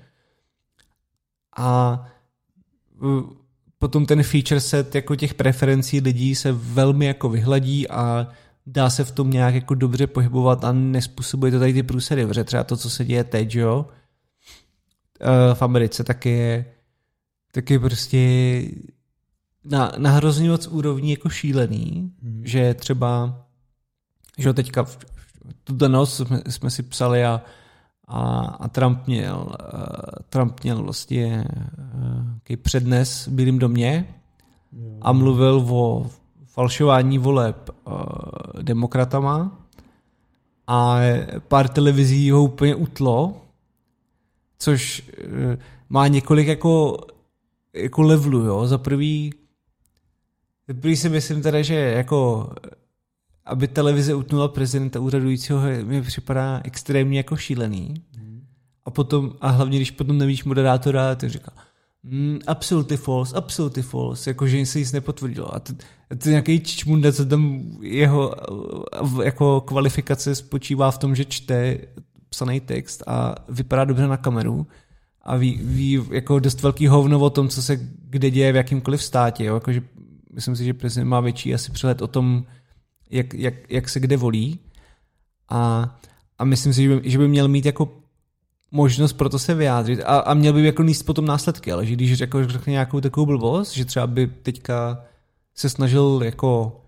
A uh, potom ten feature set jako těch preferencí lidí se velmi jako vyhladí a dá se v tom nějak jako dobře pohybovat a nespůsobuje to tady ty průsedy, protože třeba to, co se děje teď, jo, uh, v Americe, tak je taky prostě na, na hrozně moc úrovní jako šílený, hmm. že třeba, že teďka v, tuto noc jsme, jsme si psali a, a, a Trump měl uh, Trump měl vlastně uh, přednes v Bílém domě hmm. a mluvil o falšování voleb uh, demokratama a pár televizí ho úplně utlo, což uh, má několik jako jako levelů, jo. Za prvý, za prvý si myslím teda, že jako aby televize utnula prezidenta úřadujícího, mi připadá extrémně jako šílený. Mm. A potom, a hlavně, když potom nevíš moderátora, tak říká mm, absolutely false, absolutely false, jakože se nic nepotvrdilo. A to, to nějaký čičmunda, co tam jeho jako kvalifikace spočívá v tom, že čte psaný text a vypadá dobře na kameru a ví, ví jako dost velký hovno o tom, co se kde děje v jakýmkoliv státě. Jo? Jakože, myslím si, že prezident má větší asi přehled o tom, jak, jak, jak se kde volí. A, a myslím si, že by, že by měl mít jako možnost pro to se vyjádřit a, a měl by jako níst potom následky, ale že když řekl, řekne nějakou takovou blbost, že třeba by teďka se snažil jako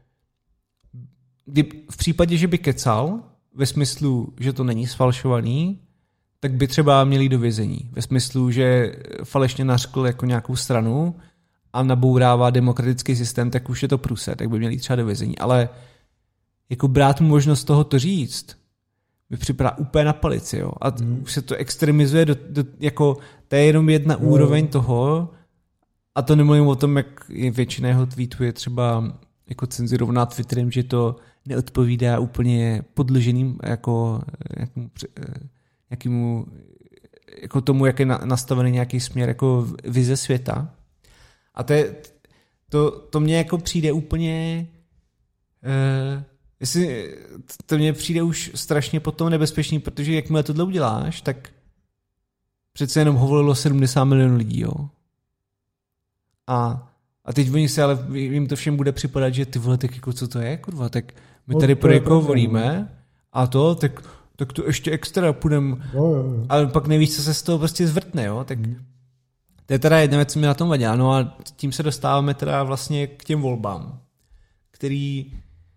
v případě, že by kecal ve smyslu, že to není sfalšovaný, tak by třeba měli do vězení. Ve smyslu, že falešně nařkl jako nějakou stranu a nabourává demokratický systém, tak už je to průser, tak by měli třeba do vězení. Ale jako brát mu možnost toho to říct, mi připadá úplně na palici. Jo? A hmm. už se to extremizuje do, do, jako, to je jenom jedna hmm. úroveň toho a to nemluvím o tom, jak je většina jeho tweetů je třeba jako cenzurovaná Twitterem, že to neodpovídá úplně podloženým jako jakým, jakýmu, jako tomu, jak je nastavený nějaký směr jako vize světa. A to, je, to, to mně jako přijde úplně uh, jestli, to mně přijde už strašně potom nebezpečný, protože jakmile tohle uděláš, tak přece jenom ho volilo sedmdesát milionů lidí, jo. A, a teď oni se, ale jim to všem bude připadat, že ty vole, tak jako co to je, kurva, tak my tady pro někoho volíme a to, tak, tak to ještě extra půjdem, ale pak nevíš, co se z toho prostě zvrtne, jo, tak hmm. to je teda jedna věc, co mi na tom vadí, no a tím se dostáváme teda vlastně k těm volbám, který,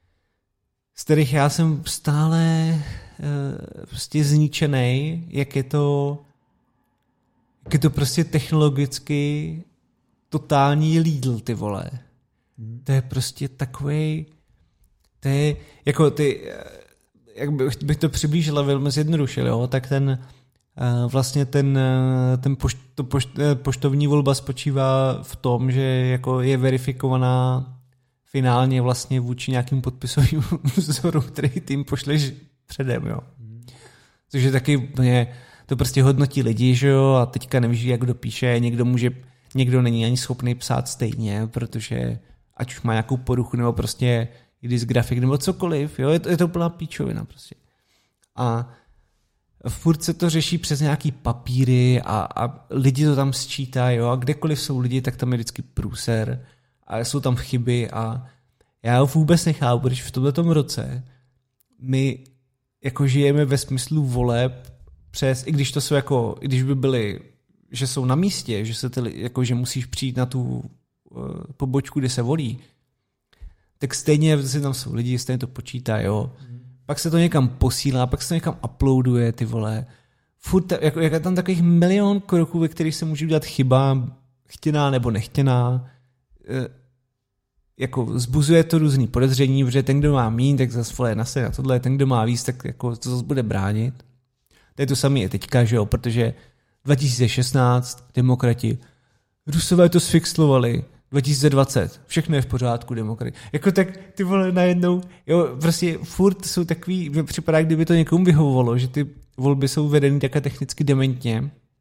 z kterých já jsem stále uh, prostě zničenej, jak je to, jak je to prostě technologicky totální Lidl, ty vole. Hmm. To je prostě takovej, to je, jako ty, jak bych to přiblížil a velmi zjednodušil, jo, tak ten, vlastně ten, ten pošt, to pošt, poštovní volba spočívá v tom, že jako je verifikovaná finálně vlastně vůči nějakým podpisovým vzoru, který tým pošleš předem, jo. Hmm. Což je taky, to prostě hodnotí lidi, že jo, a teďka nevíš, jak kdo píše, někdo může někdo není ani schopný psát stejně, protože ať už má nějakou poruchu, nebo prostě i z grafik, nebo cokoliv, jo, je to, je to plná píčovina prostě. A furt se to řeší přes nějaký papíry a, a lidi to tam sčítají, jo, a kdekoliv jsou lidi, tak tam je vždycky průser a jsou tam chyby a já ho vůbec nechápu, protože v tomhletom roce my jako žijeme ve smyslu voleb přes, i když to jsou jako, i když by byly že jsou na místě, že se ty, jako, že musíš přijít na tu uh, pobočku, kde se volí, tak stejně tam jsou lidi, stejně to počítá, jo. Mm. Pak se to někam posílá, pak se to někam uploaduje, ty vole. Furt, jako, jak je tam takových milion kroků, ve kterých se může udělat chyba, chtěná nebo nechtěná. E, jako zbuzuje to různý podezření, protože ten, kdo má míň, tak zase vole na se na tohle, ten, kdo má víc, tak jako to zase bude bránit. To je to samé je teďka, že jo, protože dva tisíce šestnáct demokrati, Rusové to sfixlovali, dva tisíce dvacet, všechno je v pořádku, demokrati. Jako tak ty vole najednou, jo, prostě furt jsou takový, mě připadá, kdyby to někomu vyhovovalo, že ty volby jsou vedený také technicky dementně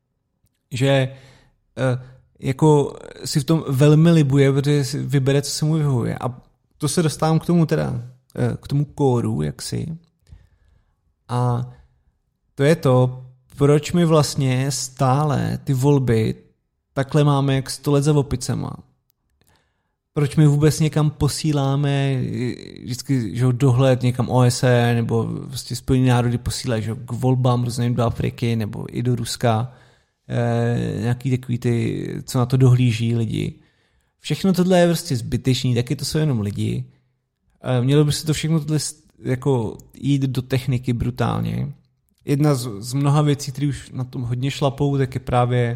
že jako si v tom velmi libuje, protože si vybere, co se mu vyhovuje. A to se dostávám k tomu teda, k tomu kóru, jaksi. A to je to, proč my vlastně stále ty volby takhle máme jak sto let za opicema. Proč my vůbec někam posíláme vždycky že dohled někam O S N nebo vlastně Spojené národy posílají že k volbám různým do Afriky nebo i do Ruska. E, nějaký takový ty, co na to dohlíží lidi. Všechno tohle je prostě zbytečný, taky to jsou jenom lidi. E, mělo by se to všechno tohle jako jít do techniky brutálně. Jedna z, z mnoha věcí, které už na tom hodně šlapou, tak je právě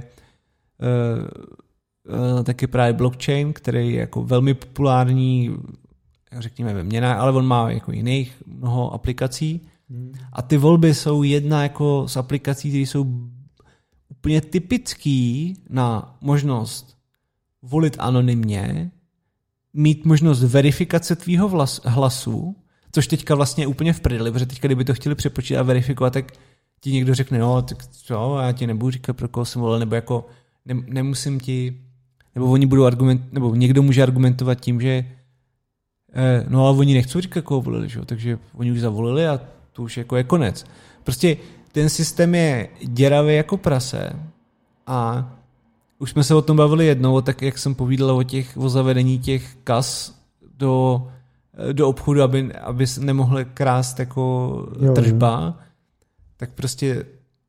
e, e, tak je právě blockchain, který je jako velmi populární, řekněme ve měnách, ale on má jako jiných mnoho aplikací. Hmm. A ty volby jsou jedna jako z aplikací, které jsou úplně typický na možnost volit anonymně, mít možnost verifikace tvýho vlas, hlasu, což teďka vlastně je úplně v prdeli, protože teďka, kdyby to chtěli přepočítat a verifikovat, tak ti někdo řekne, no, tak co, já ti nebudu říkat, pro koho jsem volil, nebo jako ne, nemusím ti, nebo oni budou argument, nebo někdo může argumentovat tím, že eh, no ale oni nechcou říkat, koho volili, že? Takže oni už zavolili a to už jako je konec. Prostě ten systém je děravý jako prase a už jsme se o tom bavili jednou, tak jak jsem povídal o těch o zavedení těch kas do, do obchodu, aby, aby nemohli krást jako jo, tržba, jo. Tak prostě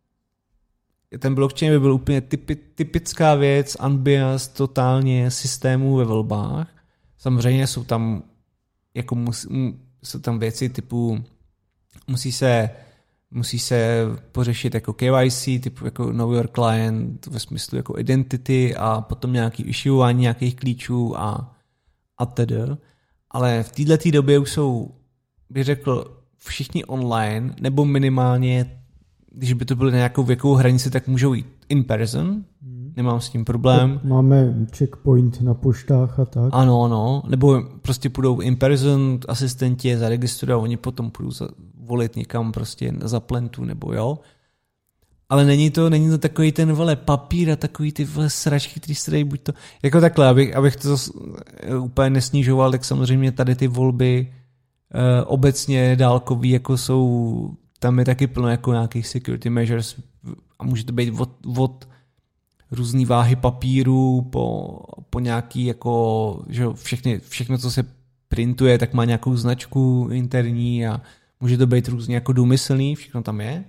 ten blockchain by byl úplně typi, typická věc, unbiased totálně systémů ve volbách. Samozřejmě jsou tam jako mus, jsou tam věci typu musí se Musí se pořešit jako K Y C, typu jako Know Your Client, ve smyslu jako identity a potom nějaký issuování nějakých klíčů a, a tedy. Ale v této době už jsou, bych řekl, všichni online, nebo minimálně, když by to bylo na nějakou věkovou hranici, tak můžou jít in person. Nemám s tím problém.
Máme checkpoint na poštách a tak.
Ano, ano. Nebo prostě půjdou in person, asistenti je zaregistrují a oni potom půjdou za, volit někam prostě za plentu, nebo jo. Ale není to, není to takový ten vole papír a takový ty vole sračky, který se dají buď to... Jako takhle, abych, abych to úplně nesnižoval, tak samozřejmě tady ty volby eh, obecně dálkový, jako jsou, tam je taky plno jako nějakých security measures a může to být od, od různý váhy papíru po, po nějaký jako, že všechny, všechno, co se printuje, tak má nějakou značku interní a může to být různě jako důmyslný, všechno tam je.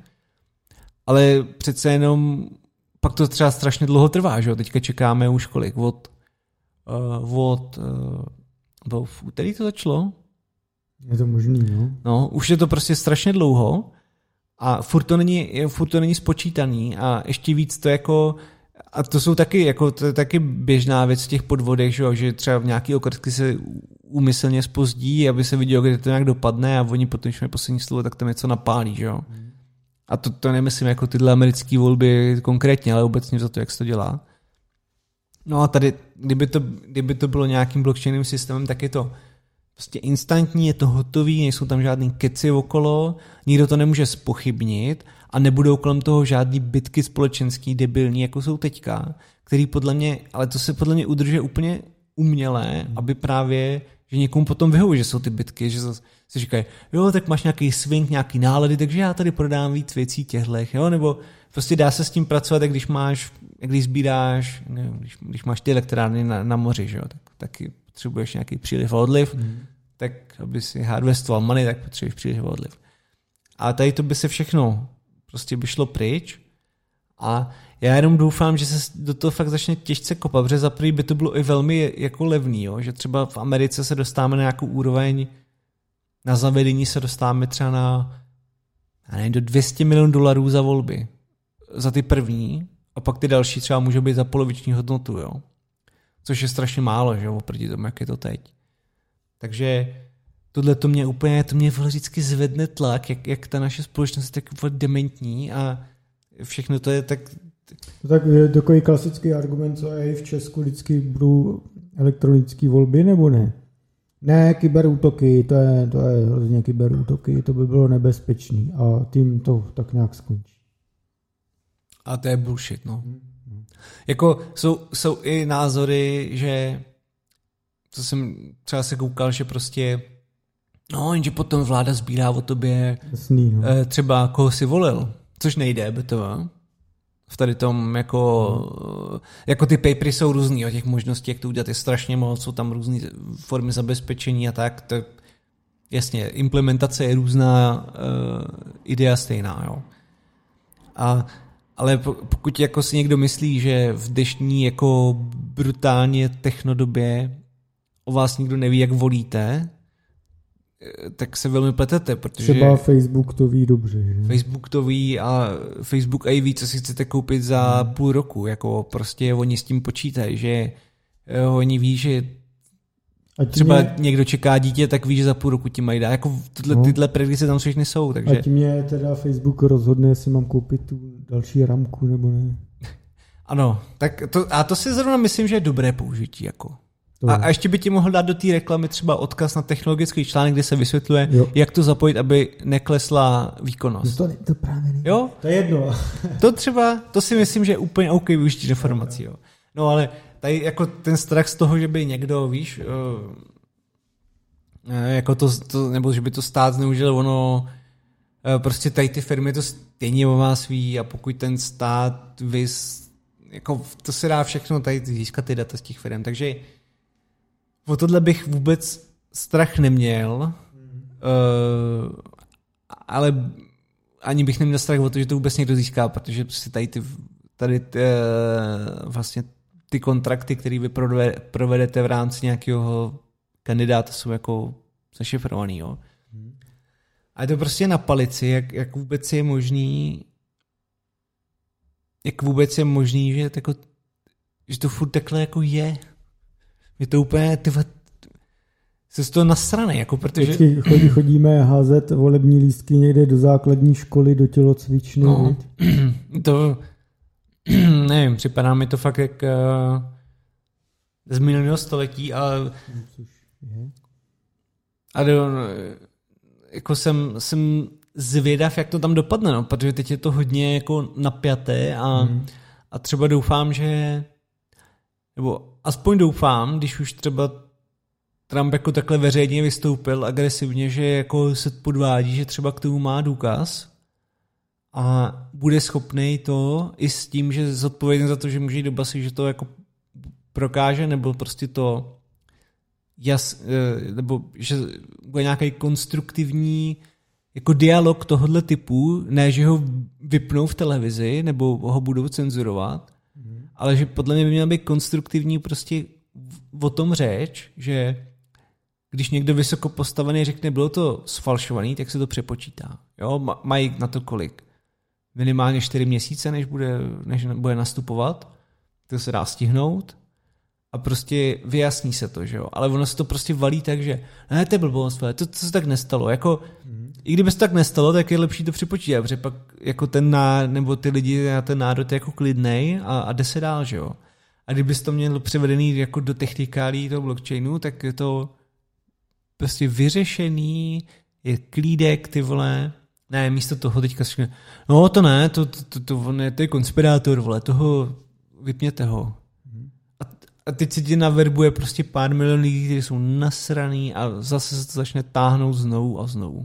Ale přece jenom pak to třeba strašně dlouho trvá, že jo? Teďka čekáme už kolik, od, uh, od uh, v úterý to začalo?
Je to možný, no.
No, už je to prostě strašně dlouho a furt to není, furt to není spočítaný a ještě víc to jako, a to jsou taky, jako, to je taky běžná věc v těch podvodech, že, jo? Že třeba v nějaký okrsky se úmyslně zpozdí, aby se vidělo, kde to nějak dopadne a oni potom, když mají poslední slovo, tak tam něco napálí, že jo. Hmm. A to, to nemyslím jako tyhle americké volby konkrétně, ale obecně za to, jak se to dělá. No a tady, kdyby to, kdyby to bylo nějakým blockchainovým systémem, tak je to prostě instantní, je to hotový, nejsou tam žádný keci okolo, nikdo to nemůže zpochybnit a nebudou kolem toho žádný bitky společenský, debilní, jako jsou teďka, který podle mě, ale to se podle mě udržuje úplně umělé, aby právě, že někomu potom vyhovuje, že jsou ty bitky, že si říkají, jo, tak máš nějaký swing, nějaký nálady, takže já tady prodám víc věcí těchhlech, jo, nebo prostě dá se s tím pracovat, jak když máš, jak když sbíráš, nevím, když, když máš ty elektrárny na, na moři, že jo, tak taky potřebuješ nějaký příliv a odliv, mm. tak aby si harvestoval money, tak potřebuješ příliv a odliv. A tady to by se všechno prostě by šlo pryč a já jenom doufám, že se do toho fakt začne těžce kopat, protože za prvý by to bylo i velmi jako levný, jo? Že třeba v Americe se dostáváme na nějakou úroveň, na zavedení se dostáváme třeba na já nevím, do dvě stě milionů dolarů za volby. Za ty první a pak ty další třeba můžou být za poloviční hodnotu, jo? Což je strašně málo, že jo, oproti tomu, jak je to teď. Takže tohle to mě úplně, to mě vždycky zvedne tlak, jak, jak ta naše společnost je tak dementní a všechno to je tak...
No tak je takový klasický argument, co je v Česku vždycky budou elektronické volby, nebo ne? Ne, kyberútoky, to je, to je hrozně kyberútoky, to by bylo nebezpečný a tím to tak nějak skončí.
A to je bullshit, no. Jako jsou, jsou i názory, že co jsem třeba se koukal, že prostě no, jenže potom vláda sbírá o tobě
Jasný, no.
třeba koho si volil, což nejde, by to v tady tom jako, jako ty papery jsou různý, o těch možností, jak to udělat je strašně moc, jsou tam různé formy zabezpečení a tak, to jasně, implementace je různá, uh, idea stejná, jo. A, ale pokud jako si někdo myslí, že v dnešní jako brutálně technodobě o vás nikdo neví, jak volíte, tak se velmi pletete, protože...
Třeba Facebook to ví dobře, že?
Facebook to ví a Facebook i ví, co si chcete koupit za hmm. půl roku, jako prostě oni s tím počítají, že jo, oni ví, že třeba mě... někdo čeká dítě, tak ví, že za půl roku ti mají dát. Jako tyhle, no. tyhle predikce tam všechny jsou. Takže...
Ať mě teda Facebook rozhodne, jestli mám koupit tu další ramku, nebo ne.
Ano, tak to, a to si zrovna myslím, že je dobré použití. Jako. A, a ještě by ti mohl dát do té reklamy třeba odkaz na technologický článek, kde se vysvětluje, jo. jak to zapojit, aby neklesla výkonnost.
To, to právě není.
Jo?
To je jedno.
To třeba, to si myslím, že je úplně OK využití informací. Jo. No ale tady jako ten strach z toho, že by někdo, víš, jako to, to nebo že by to stát zneužil, ono prostě tady ty firmy to stejně o vás ví a pokud ten stát vys, jako to se dá všechno tady získat ty data z těch firm, takže o tohle bych vůbec strach neměl, hmm. uh, ale ani bych neměl strach o to, že to vůbec někdo získá, protože prostě tady ty, tady ty, uh, vlastně ty kontrakty, které vy provedete v rámci nějakého kandidáta, jsou jako zašifrovaný, jo. Hmm. A je to prostě na palici, jak, jak vůbec je možný, jak vůbec je možný, že, jako, že to furt takhle jako je. Je to úplně, ty se z toho nasranej, jako protože...
Chodí, chodíme házet volební lístky někde do základní školy, do tělocvičny.
No, to, nevím, připadá mi to fakt jak uh, z minulého století, ale... A do, jako jsem, jsem zvědav, jak to tam dopadne, no, protože teď je to hodně jako napjaté a, hmm. a třeba doufám, že nebo aspoň doufám, když už třeba Trump jako takhle veřejně vystoupil agresivně, že jako se podvádí, že třeba k tomu má důkaz a bude schopný to i s tím, že zodpovědný za to, že může jít do basy, že to jako prokáže, nebo prostě to jas, nebo že bude nějaký konstruktivní jako dialog tohohle typu, ne, že ho vypnou v televizi, nebo ho budou cenzurovat, mm. ale že podle mě by měl být konstruktivní prostě o tom řeč, že když někdo vysoko postavený řekne, bylo to sfalšovaný, tak se to přepočítá. Jo, mají na to kolik? Minimálně čtyři měsíce, než bude, než bude nastupovat, to se dá stihnout a prostě vyjasní se to, že jo. Ale ono se to prostě valí tak, že ne, to je blbost, to, to se tak nestalo. Jako, mm. i kdyby se tak nestalo, tak je lepší to připočítat, protože pak jako ten ná, nebo ty lidi a ten národ je jako klidnej a, a jde se dál, že jo. A kdybys to měl převedený jako do technikálí toho blockchainu, tak je to prostě vyřešený, je klídek, ty vole. Ne, místo toho teďka si no to ne, to, to, to, to, on je, to je konspirátor, vole, toho vypněte ho. A, a teď se ti naverbuje prostě pár milionů lidí, kteří jsou nasraný a zase se to začne táhnout znovu a znovu.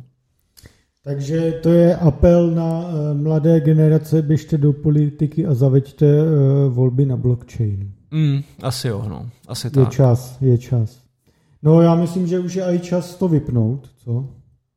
Takže to je apel na uh, mladé generace, běžte do politiky a zaveďte uh, volby na blockchain.
Mm, asi jo, no. Asi
je
tak.
Je čas, je čas. No já myslím, že už je i čas to vypnout, co?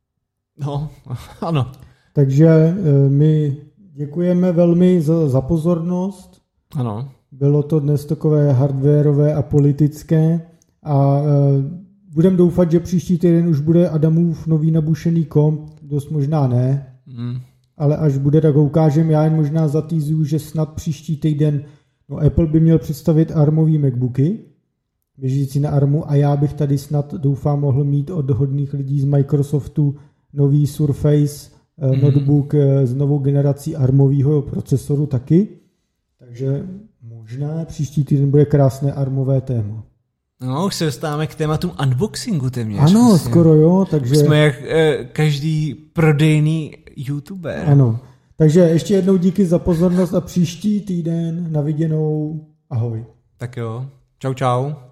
No, ano.
Takže uh, my děkujeme velmi za, za pozornost.
Ano.
Bylo to dnes takové hardwareové a politické a uh, budeme doufat, že příští týden už bude Adamův nový nabušený komp, dost možná ne, mm. ale až bude, tak ho ukážem. Já jen možná zatýzuju, že snad příští týden no, Apple by měl představit ARMový MacBooky, běžící na ARMu a já bych tady snad doufám mohl mít od hodných lidí z Microsoftu nový Surface mm. notebook s novou generací ARMového procesoru taky, takže možná příští týden bude krásné ARMové téma.
No, už se dostáváme k tématu unboxingu téměř.
Ano, vlastně. Skoro jo, takže...
Jsme jak eh, každý prodejný youtuber.
Ano, Takže ještě jednou díky za pozornost a příští týden na viděnou. Ahoj.
Tak jo. Čau, čau.